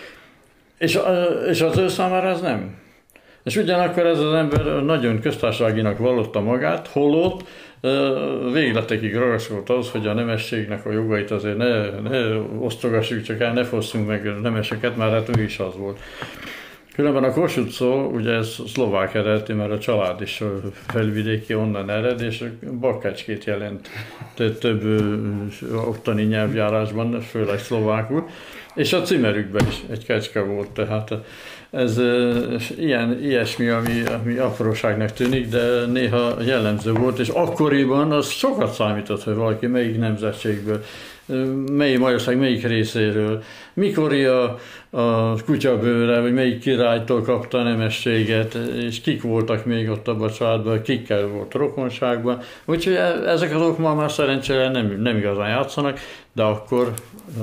És az ő számára ez nem. És ugyanakkor ez az ember nagyon köztársaságinak vallotta magát, holott végletekig ragaszkodott ahhoz, hogy a nemességnek a jogait azért ne osztogassuk, csak el ne fosszunk meg nemeseket, mert hát ő is az volt. Különben a Kossuth szó, ugye ez szlovák eredetű, mert a család is felvidéki, onnan ered, és bakkecskét jelent több ottani nyelvjárásban, főleg szlovákul, és a címerükben is egy kecske volt, tehát ez ilyesmi, ami apróságnak tűnik, de néha jellemző volt, és akkoriban az sokat számított, hogy valaki melyik nemzetségből, melyik Magyarország melyik részéről, mikor a kutyabőre, vagy melyik királytól kapta a nemességet, és kik voltak még ott abban a családban, kikkel volt rokonságban. Úgyhogy ezek a dolgok ma már szerencsére nem igazán játszanak, de akkor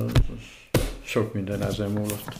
sok minden ezen múlott.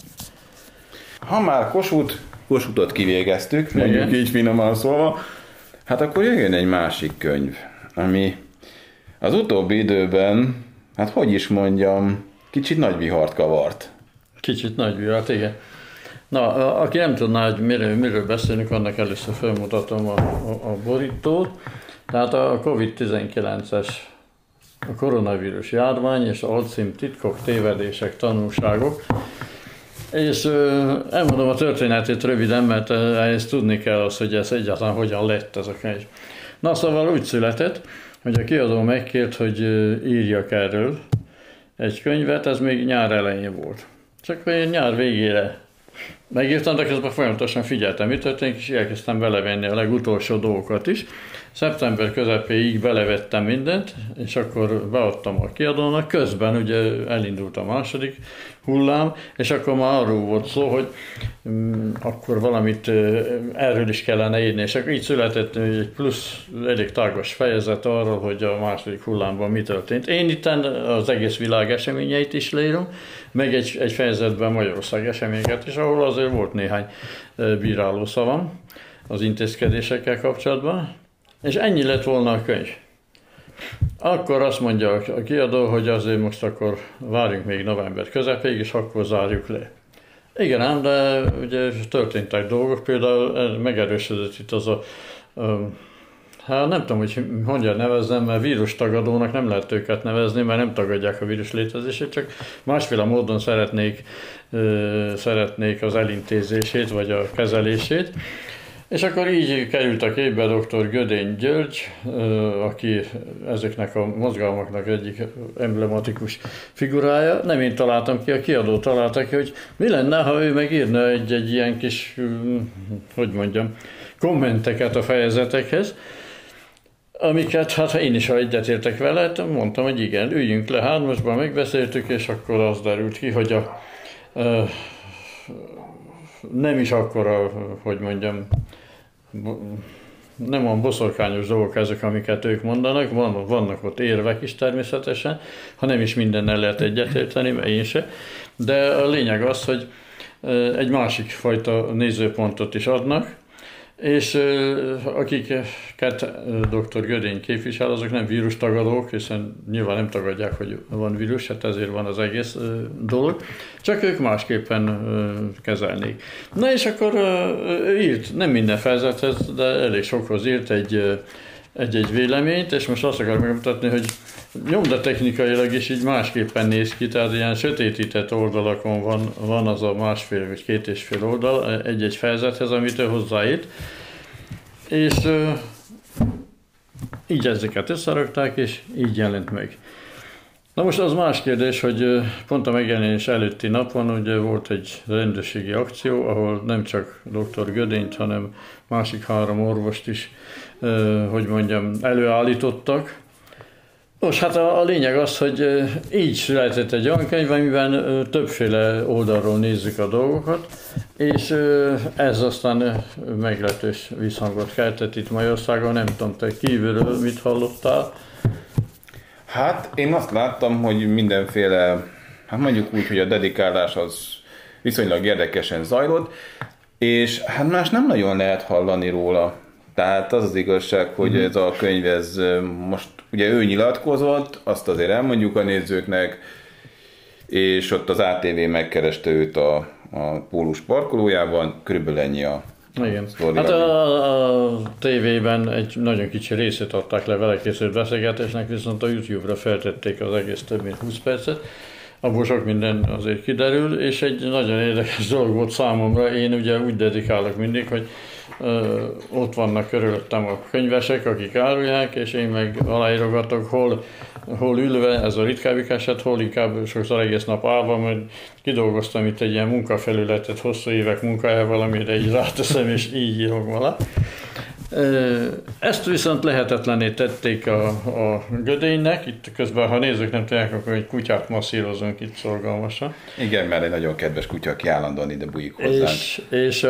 Ha már Kossuthot kivégeztük, mondjuk így finoman szólva, hát akkor jöjjön egy másik könyv, ami az utóbbi időben, hát hogy is mondjam, kicsit nagy vihart kavart. Kicsit nagy vihart, igen. Na, aki nem tudná, hogy miről beszélünk, annak először felmutatom a borítót. Tehát a COVID-19-es, a koronavírus járvány és alcím titkok, tévedések, tanulságok. És elmondom a történetét röviden, mert ehhez tudni kell az, hogy ez egyáltalán hogyan lett ez a könyv. Na szóval úgy született, hogy a kiadó megkért, hogy írjak erről egy könyvet, ez még nyár elején volt. Csak én nyár végére megírtam, de közben folyamatosan figyeltem, mi történik, és elkezdtem belevenni a legutolsó dolgokat is. Szeptember közepéig belevettem mindent, és akkor beadtam a kiadónak. Közben ugye elindult a második hullám, és akkor már arról volt szó, hogy akkor valamit erről is kellene írni, és akkor így született egy plusz elég tágos fejezet arról, hogy a második hullámban mi történt. Én itt az egész világ eseményeit is leírom, meg egy fejezetben Magyarország eseményeket is, ahol azért volt néhány bíráló szavam az intézkedésekkel kapcsolatban, és ennyi lett volna a könyv. Akkor azt mondja a kiadó, hogy azért most akkor várjunk még november közepéig, és akkor zárjuk le. Igen ám, de ugye történtek dolgok, például megerősödött itt az hát nem tudom, hogy hogyan nevezzem, mert vírustagadónak nem lehet őket nevezni, mert nem tagadják a vírus létezését, csak másféle módon szeretnék az elintézését, vagy a kezelését. És akkor így került a képbe dr. Gödény György, aki ezeknek a mozgalmaknak egyik emblematikus figurája. Nem én találtam ki, a kiadó találta ki, hogy mi lenne, ha ő megírna egy ilyen kis, hogy mondjam, kommenteket a fejezetekhez, amiket, hát ha én is egyetértek vele, mondtam, hogy igen, üljünk le hármasban, megbeszéltük, és akkor az derült ki, hogy nem is akkora, hogy mondjam, nem olyan boszorkányos dolgok ezek, amiket ők mondanak, vannak ott érvek is természetesen, ha nem is mindennel lehet egyetérteni, mert én se, de a lényeg az, hogy egy másik fajta nézőpontot is adnak, és akiket dr. Gödény képvisel, azok nem vírustagadók, hiszen nyilván nem tagadják, hogy van vírus, hát ezért van az egész dolog, csak ők másképpen kezelnék. Na és akkor írt, nem minden fejezethez, de elég sokhoz írt egy véleményt, és most azt akarom megmutatni, hogy nyomdatechnikailag is így másképpen néz ki, tehát ilyen sötétített oldalakon van az a 1,5 vagy 2,5 oldal egy-egy fejezethez, amit ő hozzáírt, és így ezeket összerakták, és így jelent meg. Na most az más kérdés, hogy pont a megjelenés előtti napon ugye volt egy rendőrségi akció, ahol nem csak dr. Gödényt, hanem másik 3 orvost is, hogy mondjam, előállítottak. Nos, hát a lényeg az, hogy így született egy olyan könyv, amiben többféle oldalról nézzük a dolgokat, és ez aztán meglehetős visszhangot keltett itt Magyarországon. Nem tudom, te kívülről mit hallottál? Hát én azt láttam, hogy mindenféle, hát mondjuk úgy, hogy a dedikálás az viszonylag érdekesen zajlott, és hát más nem nagyon lehet hallani róla. Tehát az az igazság, hogy ez a könyv, ez most ugye ő nyilatkozott, azt azért elmondjuk a nézőknek, és ott az ATV megkereste őt a Pólus parkolójában, körülbelül ennyi a igen. Hát a tévében egy nagyon kicsi részét adták le vele készült beszélgetésnek, viszont a YouTube-ra feltették az egész több mint 20 percet. Abból sok minden azért kiderül, és egy nagyon érdekes dolog volt számomra. Én ugye úgy dedikálok mindig, hogy ott vannak körülöttem a könyvesek, akik árulják, és én meg aláírogatok, hol ülve, ez a ritkábbik eset, hol inkább sokszor egész nap állva, mert kidolgoztam itt egy ilyen munkafelületet hosszú évek munkájával, amire így ráteszem, és így írok vala. Ezt viszont lehetetlenné tették a Gödénynek. Itt közben, ha nézők nem tudják, akkor egy kutyát masszírozunk itt szorgalmasan. Igen, mert egy nagyon kedves kutya, aki állandóan ide bújik hozzánk. És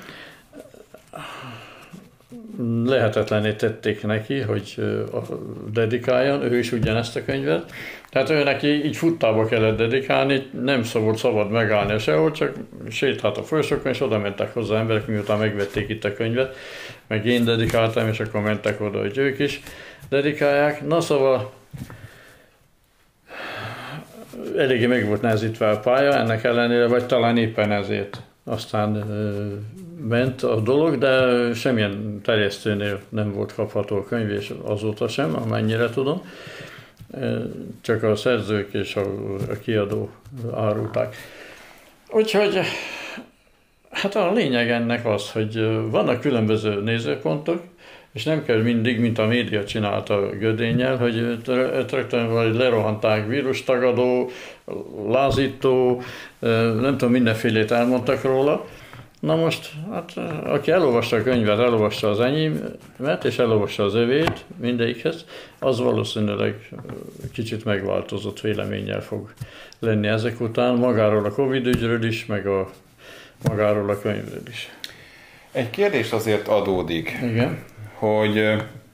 lehetetlenné tették neki, hogy dedikáljon, ő is ugyanezt a könyvet. Tehát ő neki így futtába kellett dedikálni, nem szabad megállni sehol, csak sétált a folyosókon, és oda mentek hozzá emberek, miután megvették itt a könyvet, meg én dedikáltam, és akkor mentek oda, hogy ők is dedikálják. Na szóval eléggé meg volt nehezítve a pálya, ennek ellenére, vagy talán éppen ezért aztán ment a dolog, de semmilyen terjesztőnél nem volt kapható a könyv, és azóta sem, amennyire tudom. Csak a szerzők és a kiadó árulták. Úgyhogy hát a lényeg ennek az, hogy vannak különböző nézőpontok, és nem kell mindig, mint a média csinálta Gödénnyel, hogy rögtön vagy lerohanták, vírustagadó, lázító, nem tudom, mindenfélét elmondtak róla. Na most, hát, aki elolvassa a könyvet, elolvassa az enyémet, és elolvassa az övét mindegyikhez, az valószínűleg kicsit megváltozott véleménnyel fog lenni ezek után, magáról a Covid ügyről is, meg magáról a könyvről is. Egy kérdés azért adódik, igen, hogy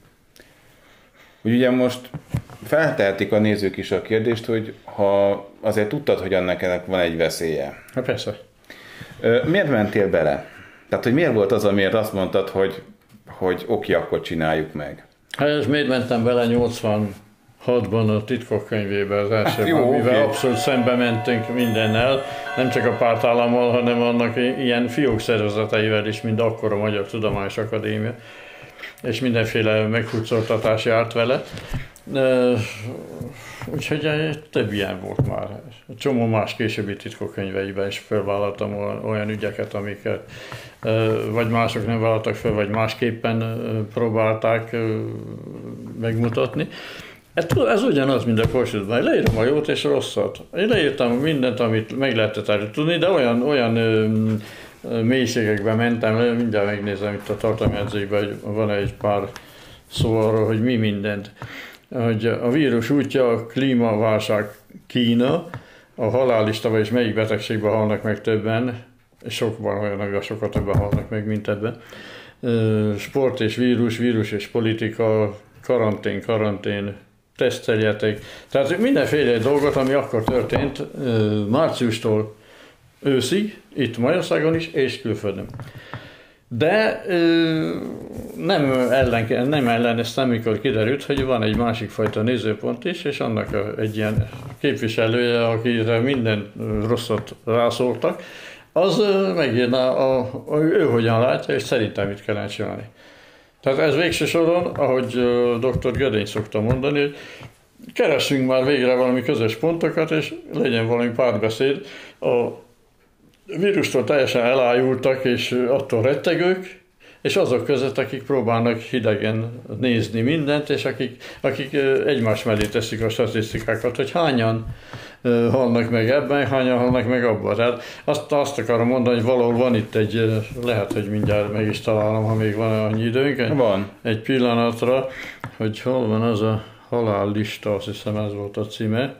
ugye most feltehetik a nézők is a kérdést, hogy ha azért tudtad, hogy ennek van egy veszélye. Hát persze. Miért mentél bele? Tehát, hogy miért volt az, amiért azt mondtad, hogy oké, akkor csináljuk meg? Hát és miért mentem bele 86-ban a Titkok könyvébe az elsőben, jó, mivel abszolút szembe mentünk mindennel, nem csak a pártállammal, hanem annak ilyen fiók szervezeteivel is, mint akkor a Magyar Tudományos Akadémia, és mindenféle meghurcoltatás járt vele. Úgyhogy több ilyen volt már. A csomó más későbbi titkokkönyveiben is felvállaltam olyan ügyeket, amiket vagy mások nem vállaltak fel, vagy másképpen próbálták megmutatni. Ez ugyanaz, mint a Kossuthban. Leírom a jót és rosszat. Én leírtam mindent, amit meg lehetett erről tudni, de olyan mélységekben mentem le, mindjárt megnézem itt a tartalomjegyzékben, hogy van egy pár szó arról, hogy mi mindent. Hogy a vírus útja, a klímaválság, Kína, a halállistában és melyik betegségben halnak meg többen, sokban olyanok, sokat többen halnak meg, mint ebben. Sport és vírus és politika, karantén, teszteljetek. Tehát mindenféle dolgot, ami akkor történt, márciustól őszig, itt Magyarországon is, és külföldön. De nem elleneztem, mikor kiderült, hogy van egy másik fajta nézőpont is, és annak egy ilyen képviselője, akire minden rosszat rászóltak, az megírná, ő hogyan látja, és szerintem mit kellene csinálni. Tehát ez végső soron, ahogy dr. Gödény szokta mondani, hogy keressünk már végre valami közös pontokat, és legyen valami párbeszéd. A vírustól teljesen elájultak, és attól rettegők, és azok között, akik próbálnak hidegen nézni mindent, és akik egymás mellé teszik a statisztikákat, hogy hányan halnak meg ebben, hányan halnak meg abban. Tehát azt akarom mondani, hogy valahol van itt lehet, hogy mindjárt meg is találom, ha még van annyi időnk. Van. Egy pillanatra, hogy hol van az a halállista, azt hiszem ez volt a címe.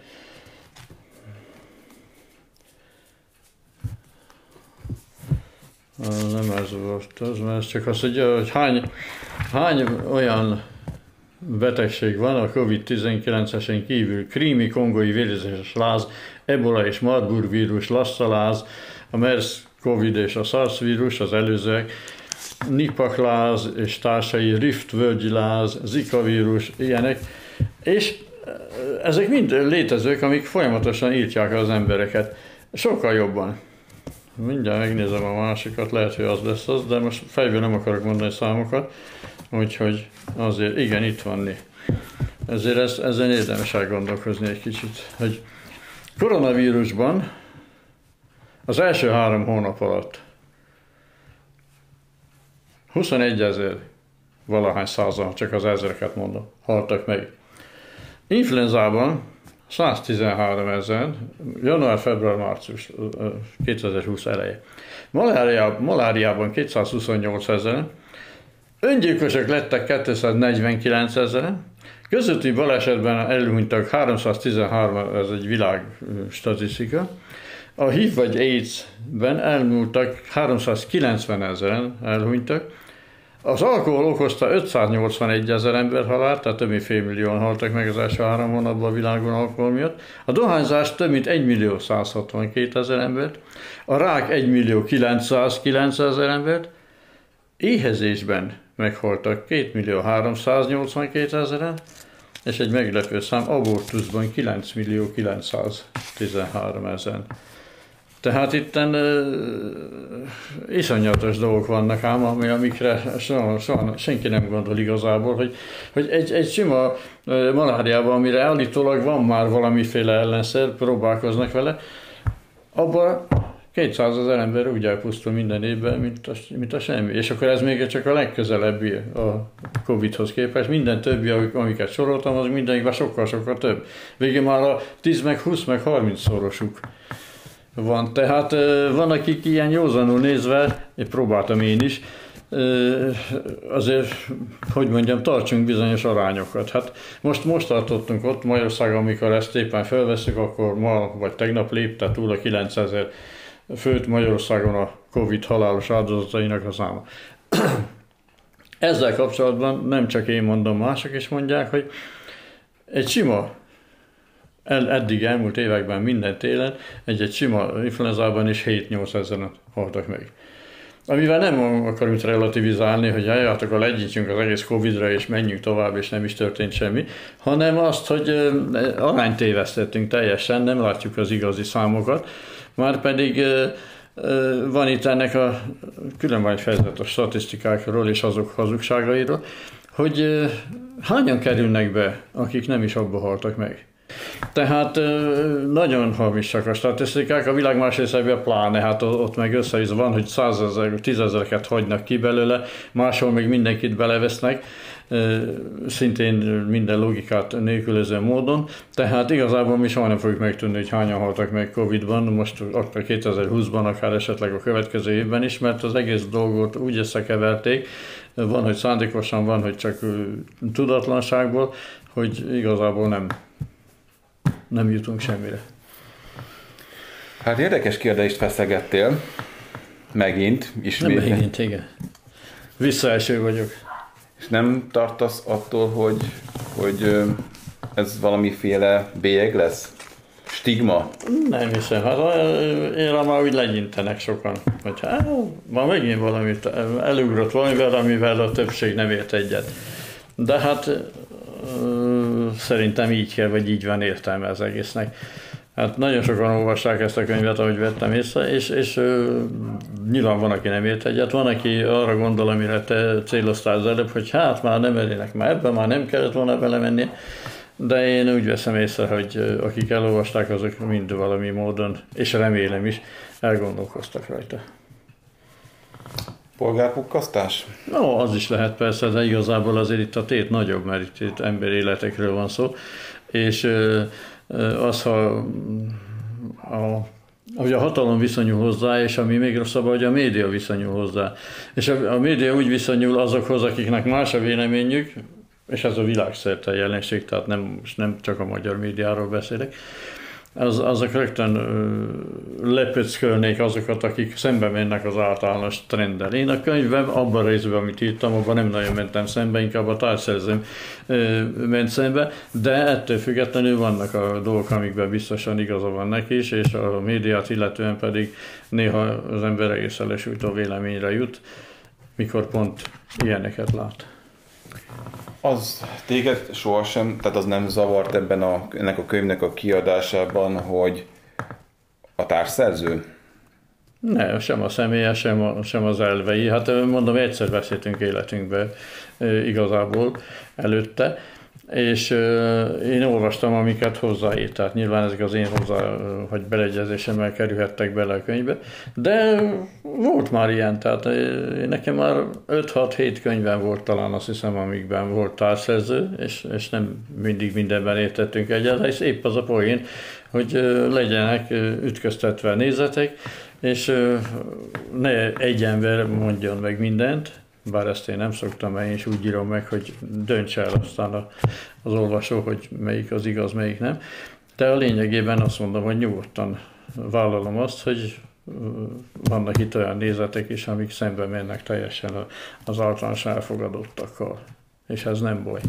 Nem ez volt az, mert csak azt mondja, hogy hány olyan betegség van a COVID-19-esen kívül: krími kongói vérzetes láz, ebola és Marburg vírus, lasszaláz, a MERS-COVID és a SARS vírus, az előzőek, Nipah láz és társai, Rift völgyi láz, Zika vírus, ilyenek, és ezek mind létezők, amik folyamatosan írtják az embereket. Sokkal jobban. Mindjárt megnézem a másikat, lehet, hogy az lesz az, de most fejből nem akarok mondani számokat, úgyhogy azért igen, itt van. Ezért ezen érdemes elgondolkozni egy kicsit, hogy koronavírusban az első 3 hónap alatt 21 000 valahány százan, csak az ezreket mondom, haltak meg. Influenzában 113 000, január, február, március 2020 eleje. Maláriában 228 000, öngyilkosok lettek 249 000, közötti balesetben elhunytak 313, ez egy világ statisztika. A HIV vagy AIDS-ben elmúltak 390 000 elhunytak. Az alkohol okozta 581 000 ember halált, tehát több mint fél millióan haltak meg az első 3 hónapban a világon alkohol miatt. A dohányzás több mint 1 162 000 embert, a rák 1 909 000 embert, éhezésben meghaltak 2 382 000, és egy meglepő szám, abortuszban 9 913 000. Tehát itten iszonyatos dolgok vannak ám, amikre soha senki nem gondol igazából, hogy egy sima maláriában, amire állítólag van már valamiféle ellenszer, próbálkoznak vele, abban 200 000 ember úgy elpusztul minden évben, mint a semmi. És akkor ez még csak a legközelebbi a Covid-hoz képest. Minden többi, amiket soroltam, az mindenikben sokkal-sokkal több. Végül már a 10 meg 20 meg 30 szorosuk van. Tehát van, akik ilyen józanul nézve, próbáltam én is, azért, hogy mondjam, tartsunk bizonyos arányokat. Hát most tartottunk ott Magyarországon, amikor ezt éppen felveszünk, akkor ma vagy tegnap lépte túl a 9000 főt Magyarországon a Covid halálos áldozatainak a száma. Ezzel kapcsolatban nem csak én mondom, mások is mondják, hogy egy sima, eddig elmúlt években minden télen, egy sima influenzában is 7-8 ezeren haltak meg. Amivel nem akarunk relativizálni, hogy hát akkor legyintsünk az egész Covid-ra, és menjünk tovább, és nem is történt semmi, hanem azt, hogy arányt tévesztettünk teljesen, nem látjuk az igazi számokat, márpedig van itt ennek a különböző fejezet a statisztikákról és azok hazugságairól, hogy hányan kerülnek be, akik nem is abba haltak meg. Tehát nagyon hamisak a statisztikák, a világ más részében pláne, hát ott meg összevisz van, hogy 100 000, 10 000-eket hagynak ki belőle, máshol még mindenkit belevesznek, szintén minden logikát nélkülöző módon, tehát igazából mi soha nem fogjuk megtudni, hogy hányan haltak meg Covid-ban, most akár 2020-ban, akár esetleg a következő évben is, mert az egész dolgot úgy összekeverték, van, hogy szándékosan, van, hogy csak tudatlanságból, hogy igazából nem jutunk semmire. Hát érdekes kérdést feszegettél. Megint, ismét. Nem megint, igen. Visszaeső vagyok. És nem tartasz attól, hogy ez valamiféle bélyeg lesz? Stigma? Nem hiszem. Hát én már úgy legyintenek sokan. Hogy hát, már megint valamit elugrott valamivel, amivel a többség nem ért egyet. De hát szerintem így kell, vagy így van értelme az egésznek. Hát nagyon sokan olvassák ezt a könyvet, ahogy vettem észre, és nyilván van, aki nem ért egyet, van, aki arra gondol, amire te céloztál az előbb, hogy hát már nem erének, már ebben már nem kellett volna belemenni. de én úgy veszem észre, hogy akik elolvasták, azok mind valami módon, és remélem is, elgondolkoztak rajta. Polgárpukkasztás? No, az is lehet persze, de igazából azért itt a tét nagyobb, mert itt emberi életekről van szó, és az, hogy a hatalom viszonyul hozzá, és ami még rosszabb, hogy a média viszonyul hozzá. És a média úgy viszonyul azokhoz, akiknek más a véleményük, és ez a világszerte jelenség, tehát nem csak a magyar médiáról beszélek, azok rögtön lepöckölnék azokat, akik szembe mennek az általános trenddel. Én a könyvben, abban a részben, amit írtam, abban nem nagyon mentem szembe, inkább a társszerzőm ment szembe, de ettől függetlenül vannak a dolgok, amikben biztosan igaza van neki is, és a médiát illetően pedig néha az ember egészen lesújtó véleményre jut, mikor pont ilyeneket lát. Az téged sohasem, tehát az nem zavart ennek a könyvnek a kiadásában, hogy a társszerző? Nem, sem a személye, sem az elvei. Hát mondom, egyszer beszéltünk életünkbe igazából előtte, és én olvastam, amiket hozzáírt, tehát nyilván ezek az én hogy beleegyezésemmel kerülhettek bele a könyvbe, de volt már ilyen, tehát nekem már 5-6-7 könyvem volt talán, azt hiszem, amikben volt társszerző, és nem mindig mindenben értettünk egyet, és épp az a poén, hogy legyenek ütköztetve nézetek, és ne egy ember mondjon meg mindent, bár ezt én nem szoktam, mert én is úgy írom meg, hogy döntse el aztán az olvasó, hogy melyik az igaz, melyik nem. De a lényegében azt mondom, hogy nyugodtan vállalom azt, hogy vannak itt olyan nézetek is, amik szembe mennek teljesen az általános elfogadottakkal. És ez nem baj.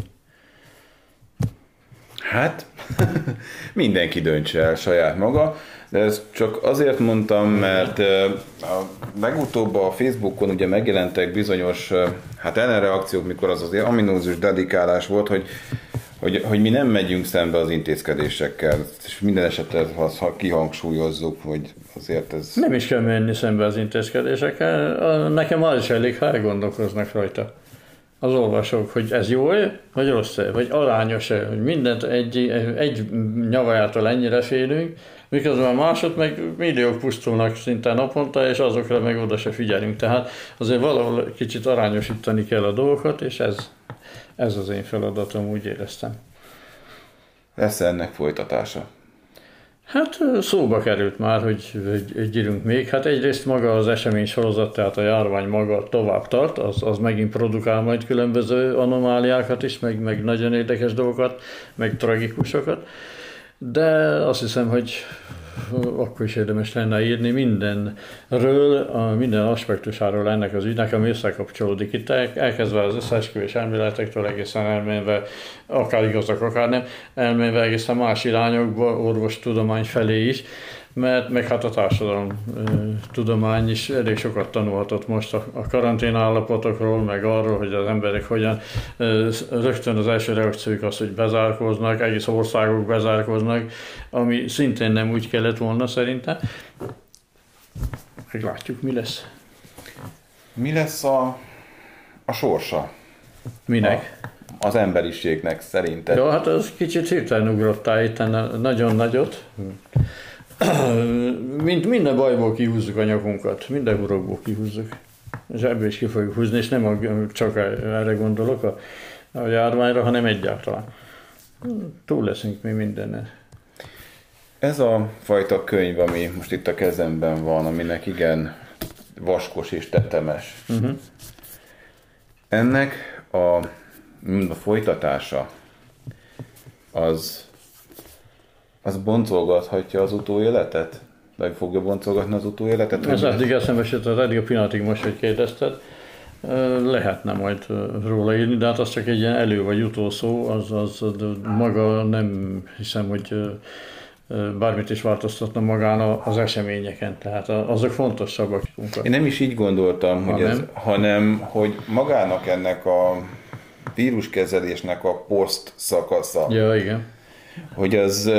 Hát, mindenki döntse el saját maga, de ezt csak azért mondtam, mert legutóbb a Facebookon ugye megjelentek bizonyos ellenreakciók, mikor az azért ominózus dedikálás volt, hogy mi nem megyünk szembe az intézkedésekkel, és minden esetre ha kihangsúlyozzuk, hogy azért ez... Nem is kell menni szembe az intézkedésekkel, nekem az is elég, ha elgondolkoznak rajta az olvasók, hogy ez jó-e, vagy rossz-e, vagy arányos-e, hogy mindent egy nyavajától ennyire félünk, miközben a másod meg milliók pusztulnak szinte naponta, és azokra meg oda se figyelünk. Tehát azért valahol kicsit arányosítani kell a dolgokat, és ez az én feladatom, úgy éreztem. Lesz ennek folytatása? Hát szóba került már, hogy írunk még. Hát egyrészt maga az esemény sorozat, tehát a járvány maga tovább tart, az megint produkál majd különböző anomáliákat is, meg nagyon érdekes dolgokat, meg tragikusokat. De azt hiszem, hogy akkor is érdemes lenne írni mindenről, minden aspektusáról ennek az ügynek, ami összekapcsolódik itt, elkezdve az összeesküvés elméletektől egészen elmenve, akár igazak, akár nem, elmenve egészen más irányokba, orvostudomány felé is, mert meg hát a társadalomtudomány is elég sokat tanulhatott most a karantén állapotokról, meg arról, hogy az emberek hogyan rögtön az első reakciójuk az, hogy bezárkóznak, egész országok bezárkóznak, ami szintén nem úgy kellett volna szerintem. Meglátjuk, mi lesz. Mi lesz a sorsa? Minek? Az emberiségnek szerinted? Jó, hát az kicsit hirtelen ugrottál itt, nagyon nagyot. Minden bajból kihúzzuk a nyakunkat, minden hurokból kihúzzuk. És ebből is ki fogjuk húzni, és nem csak erre gondolok a járványra, hanem egyáltalán. Túl leszünk mi mindennel. Ez a fajta könyv, ami most itt a kezemben van, aminek igen vaskos és tetemes. Uh-huh. Ennek a folytatása az boncolgathatja az utóéletet? Vagy fogja boncolgatni az utóéletet? Ez eddig eszembe esett, az eddig a pillanatig most, hogy kérdezted. Lehetne majd róla írni, de hát az csak egy ilyen elő vagy utószó, az maga nem hiszem, hogy bármit is változtatna magán az eseményeken, tehát azok fontosabbak. Én nem is így gondoltam, hanem hogy magának ennek a víruskezelésnek a poszt szakasza. Ja, igen. Hogy az,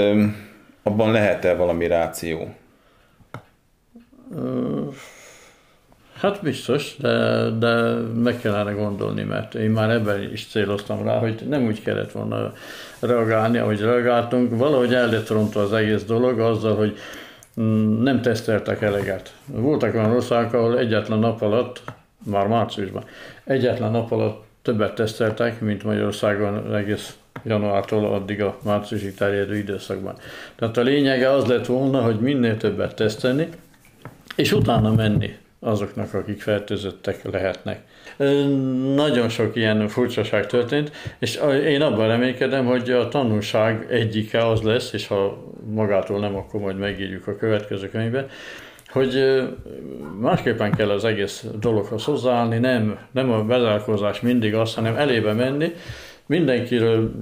abban lehet-e valami ráció? Hát biztos, de meg kellene gondolni, mert én már ebben is céloztam rá, hogy nem úgy kellett volna reagálni, ahogy reagáltunk. Valahogy el lett rontva az egész dolog azzal, hogy nem teszteltek eleget. Voltak olyan országok, ahol egyetlen nap alatt, már márciusban, egyetlen nap alatt többet teszteltek, mint Magyarországon egész januártól addig a márciusig terjedő időszakban. Tehát a lényege az lett volna, hogy minél többet tesztelni, és utána menni azoknak, akik fertőzöttek lehetnek. Nagyon sok ilyen furcsaság történt, és én abban reménykedem, hogy a tanulság egyike az lesz, és ha magától nem, akkor majd megírjuk a következő könyvben, hogy másképpen kell az egész dologhoz hozzáállni, nem a bezárkózás mindig az, hanem elébe menni, mindenkiről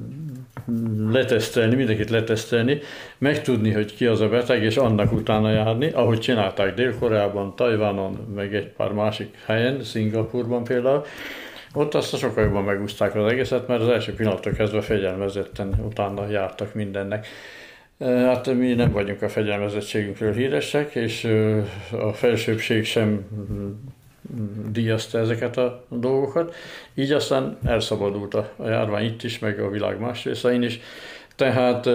mindenkit letesztelni, megtudni, hogy ki az a beteg, és annak utána járni, ahogy csinálták Dél-Koreában, Tajvanon, meg egy pár másik helyen, Szingapurban például. Ott azt sokkal jobban megúszták az egészet, mert az első pillanattól kezdve fegyelmezetten utána jártak mindennek. Hát mi nem vagyunk a fegyelmezettségünkről híresek, és a felsőbbség sem díjazta ezeket a dolgokat, így aztán elszabadult a járvány itt is, meg a világ más részein is. Tehát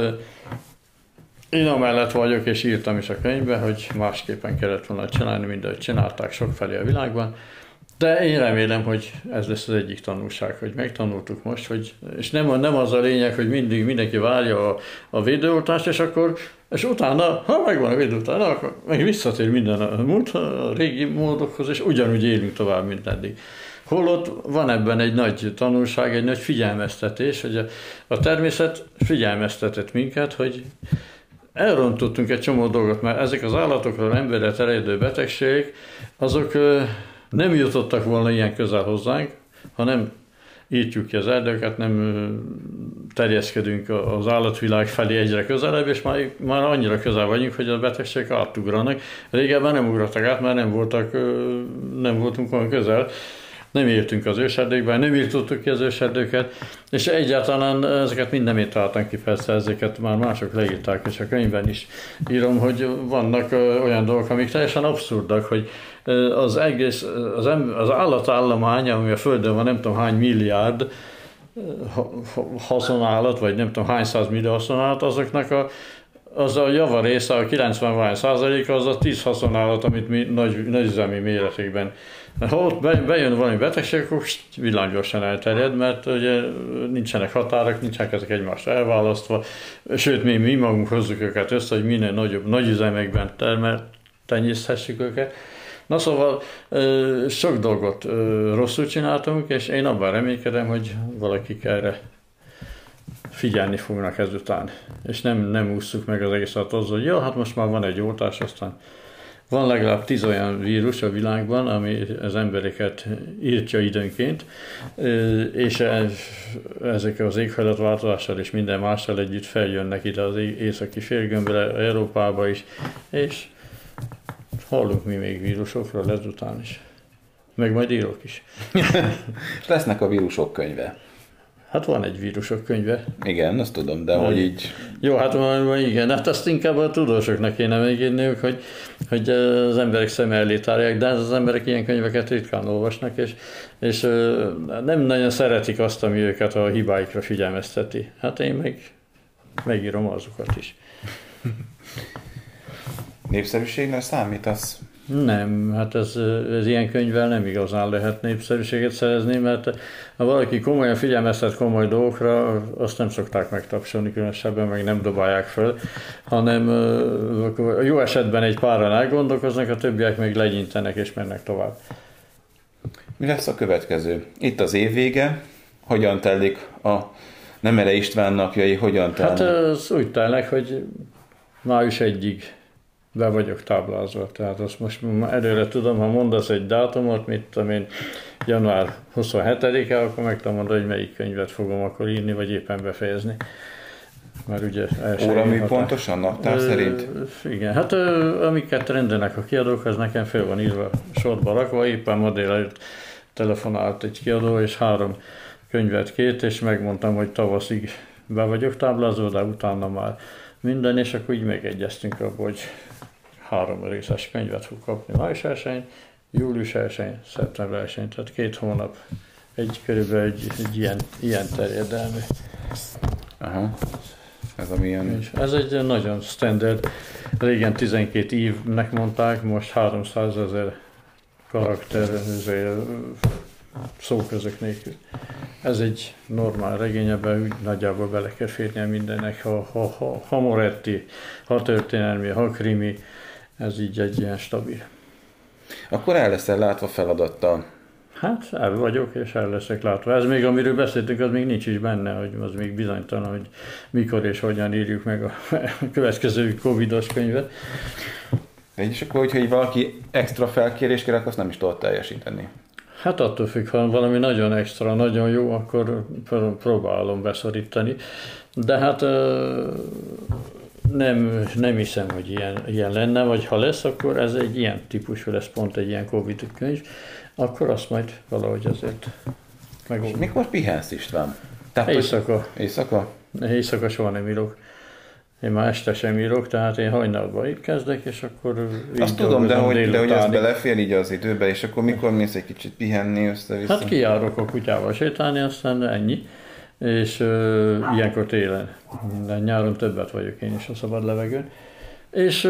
én amellett vagyok, és írtam is a könyvbe, hogy másképpen kellett volna csinálni, mint ahogy csinálták sokfelé a világban. De én remélem, hogy ez lesz az egyik tanulság, hogy megtanultuk most, hogy, és nem az a lényeg, hogy mindenki várja a védőoltást, és utána, ha megvan a védőoltás, akkor meg visszatér minden a régi módokhoz, és ugyanúgy élünk tovább, mint eddig. Holott van ebben egy nagy tanulság, egy nagy figyelmeztetés, hogy a természet figyelmeztetett minket, hogy elrontottunk egy csomó dolgot, mert ezek az állatokról emberre terjedő betegségek, azok nem jutottak volna ilyen közel hozzánk, hanem írtjuk ki az erdőket, nem terjeszkedünk az állatvilág felé egyre közelebb, és már annyira közel vagyunk, hogy a betegségek átugranak. Régebben nem ugrottak át, mert nem voltunk olyan közel, nem éltünk az őserdőkben, nem írtottuk ki az őserdőket, és egyáltalán ezeket mind nem én találtam ki, persze ezeket már mások leírták, és a könyvben is írom, hogy vannak olyan dolgok, amik teljesen abszurdak, hogy az egész, az állatállomány, ami a Földön van, nem tudom hány milliárd haszonállat, vagy nem tudom hány százmillió haszonállat, azoknak az a javarésze, a 90% az a 10 haszonállat, amit mi nagyüzemi méretekben. Ha ott bejön valami betegség, akkor villámgyorsan elterjed, mert ugye nincsenek határok, nincsenek ezek egymást elválasztva, sőt, mi magunk hozzuk őket össze, hogy minél nagyobb nagyüzemekben tenyészhessük őket. Na szóval sok dolgot rosszul csináltunk, és én abban reménykedem, hogy valakik erre figyelni fognak ezután. És nem ússzuk meg az egészet azzal, hogy hát most már van egy oltás, aztán van legalább 10 olyan vírus a világban, ami az embereket írtja időnként, és ezek az éghajlatváltozással és minden mással együtt feljönnek ide az északi félgömbre, Európába is, és hallunk mi még vírusokról ezután is. Meg majd írok is. Lesznek a vírusok könyve. Hát van egy vírusok könyve. Igen, azt tudom, de hogy így... Jó, hát igen, hát azt inkább a tudósoknak kéne megírniuk, hogy az emberek szem elé tárják, de az emberek ilyen könyveket ritkán olvasnak, és nem nagyon szeretik azt, ami őket a hibáikra figyelmezteti. Hát én megírom azokat is. Népszerűségnek számítasz? Nem, hát ez ilyen könyvvel nem igazán lehet népszerűséget szerezni, mert ha valaki komolyan figyelmeztet komoly dolgokra, azt nem szokták megtapsolni különösebben, meg nem dobálják föl, hanem jó esetben egy páran elgondolkoznak, a többiek meg legyintenek és mennek tovább. Mi lesz a következő? Itt az év vége, hogyan telik a Nemere István napjai, hogyan telnek? Hát az úgy telnek, hogy május 1-ig be vagyok táblázva, tehát azt most előre tudom, ha mondasz egy dátumot, mit tudom én, január 27-e, akkor meg tudom mondani, hogy melyik könyvet fogom akkor írni, vagy éppen befejezni. Már ugye óra mi pontosan, naptár szerint? Igen, hát amiket rendelnek a kiadók, az nekem fel van írva, sorba rakva, éppen ma délelőtt telefonált egy kiadó, és 3 könyvet kért, és megmondtam, hogy tavaszig be vagyok táblázva, de utána már minden, és akkor így megegyeztünk abban, hogy 3 részes könyvet fog kapni május 1-én, július 1-én, szeptember 1-én, tehát 2 hónap, körülbelül egy ilyen terjedelmű. Aha. Ez a milyen? És ez egy nagyon standard, régen 12 évnek mondták, most 300 000 karakter szóközök nélkül. Ez egy normál regény, ebben úgy nagyjából bele kell férnie mindennek, ha Moretti, ha történelmi, ha krimi, ez így egy ilyen stabil. Akkor el leszel látva feladattal. Hát el vagyok, és el leszek látva. Ez még, amiről beszéltünk, az még nincs is benne, hogy az még bizonytalan, hogy mikor és hogyan írjuk meg a következő Covid-os könyvet. És akkor, hogyha valaki extra felkérés kér, akkor azt nem is tudod teljesíteni. Hát attól függ, ha valami nagyon extra, nagyon jó, akkor próbálom beszorítani. De hát nem hiszem, hogy ilyen lenne, vagy ha lesz, akkor ez egy ilyen típusú lesz, pont egy ilyen Covid könyv, akkor azt majd valahogy azért megoldom. Mikor pihensz, István? Éjszaka. Éjszaka? Éjszaka soha nem írok. Én már este sem írok, tehát én hajnalban itt kezdek, és akkor... Azt tudom, de hogy az belefér így az időbe, és akkor mikor mész egy kicsit pihenni össze-vissza? Hát kijárok a kutyával sétálni, aztán ennyi. És ilyenkor télen. De nyáron többet vagyok én is a szabad levegőn. És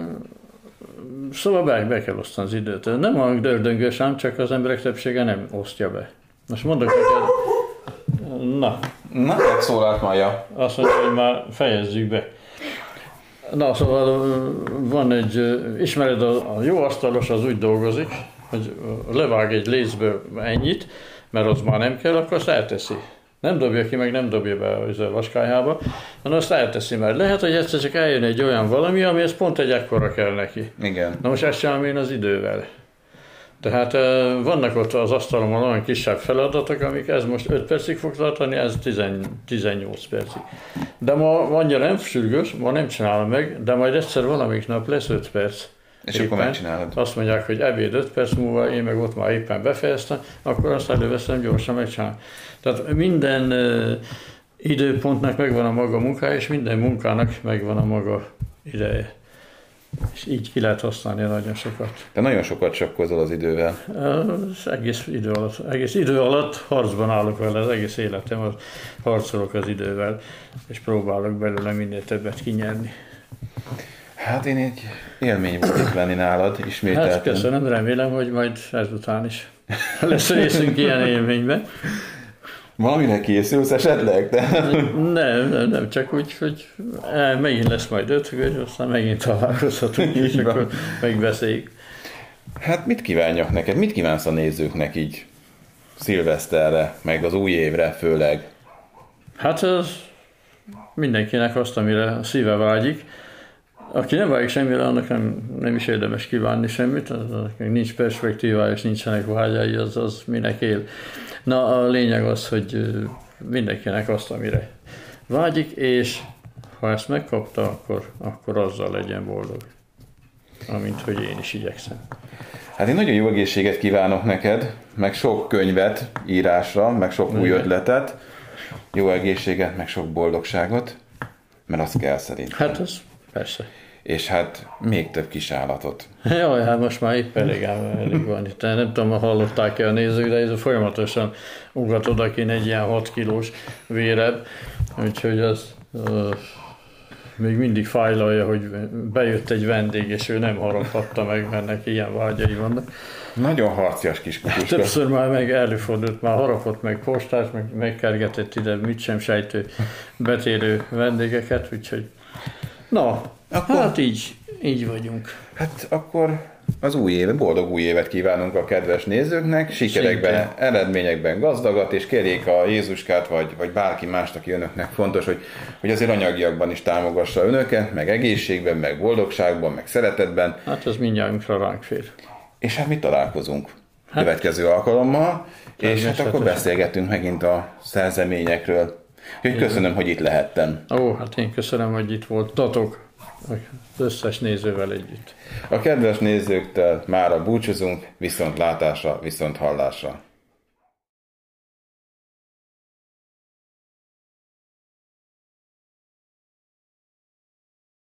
szóval be kell osztani az időt. Nem a dördöngős ám, csak az emberek többsége nem osztja be. Most mondok neked... Na, megszólalt Maja. azt mondja, hogy már fejezzük be. Na, szóval van egy, ismered, a jó asztalos az úgy dolgozik, hogy levág egy lécből ennyit, mert az már nem kell, akkor azt elteszi. Nem dobja ki, meg nem dobja be a vaskályhába, hanem azt elteszi, mert lehet, hogy egyszer csak eljön egy olyan valami, amihez pont egy ekkora kell neki. Igen. Na most ezt csinálom én az idővel. Tehát vannak ott az asztalomon olyan kisebb feladatok, amik ez most 5 percig fog tartani, ez 18 percig. De ma annyira nem sürgős, ma nem csinálom meg, de majd egyszer valamelyik nap lesz 5 perc. És éppen. Akkor megcsinálod. Azt mondják, hogy ebéd 5 perc múlva, én meg ott már éppen befejeztem, akkor azt előveszem, gyorsan megcsinálom. Tehát minden időpontnak megvan a maga munkája, és minden munkának megvan a maga ideje. És így ki lehet használni nagyon sokat. Te nagyon sokat sakkozol az idővel. Az egész idő alatt harcban állok vele, az egész életem, harcolok az idővel, és próbálok belőle minél többet kinyerni. Hát én egy élmény voltam lenni nálad, ismételten. Hát köszönöm, remélem, hogy majd ezután is lesz részünk ilyen élményben. Valamire készülsz esetleg? Nem, csak úgy, hogy megint lesz majd 5, aztán megint találkozhatunk, és akkor megbeszéljük. Hát mit kívánjak neked? Mit kívánsz a nézőknek így szilveszterre, meg az új évre főleg? Hát az mindenkinek azt, amire a szíve vágyik. Aki nem vágyik semmire, annak nem is érdemes kívánni semmit, akinek nincs perspektívája és nincsenek vágyai, az minek él. Na, a lényeg az, hogy mindenkinek azt, amire vágyik, és ha ezt megkapta, akkor azzal legyen boldog. Amint, hogy én is igyekszem. Hát én nagyon jó egészséget kívánok neked, meg sok könyvet írásra, meg sok új ötletet, jó egészséget, meg sok boldogságot, mert az kell szerintem. Hát az persze. És hát még több kis állatot. Jaj, hát most már épp elég van itt. Nem tudom, hallották-e a nézők, de ez folyamatosan ugat odakint egy ilyen 6 kilós vérebb, úgyhogy az még mindig fájlalja, hogy bejött egy vendég, és ő nem haraphatta meg, mert neki ilyen vágyai vannak. Nagyon harcias kis kukuska. Többször már meg előfordult, már harapott meg postás, meg megkergetett ide mit sem sejtő betérő vendégeket, úgyhogy na, akkor, hát így vagyunk. Hát akkor az új évet, boldog új évet kívánunk a kedves nézőknek, sikerekben, eredményekben gazdagat, és kérjék a Jézuskát, vagy bárki mást, aki önöknek fontos, hogy azért anyagiakban is támogassa önöket, meg egészségben, meg boldogságban, meg szeretetben. Hát ez mindjárunkra ránk fér. És hát mi találkozunk következő alkalommal, és hát akkor beszélgetünk megint a szerzeményekről. Úgyhogy köszönöm, hogy itt lehettem. Ó, hát én köszönöm, hogy itt voltatok az összes nézővel együtt. A kedves nézőktől mára búcsúzunk, viszontlátásra, viszonthallásra.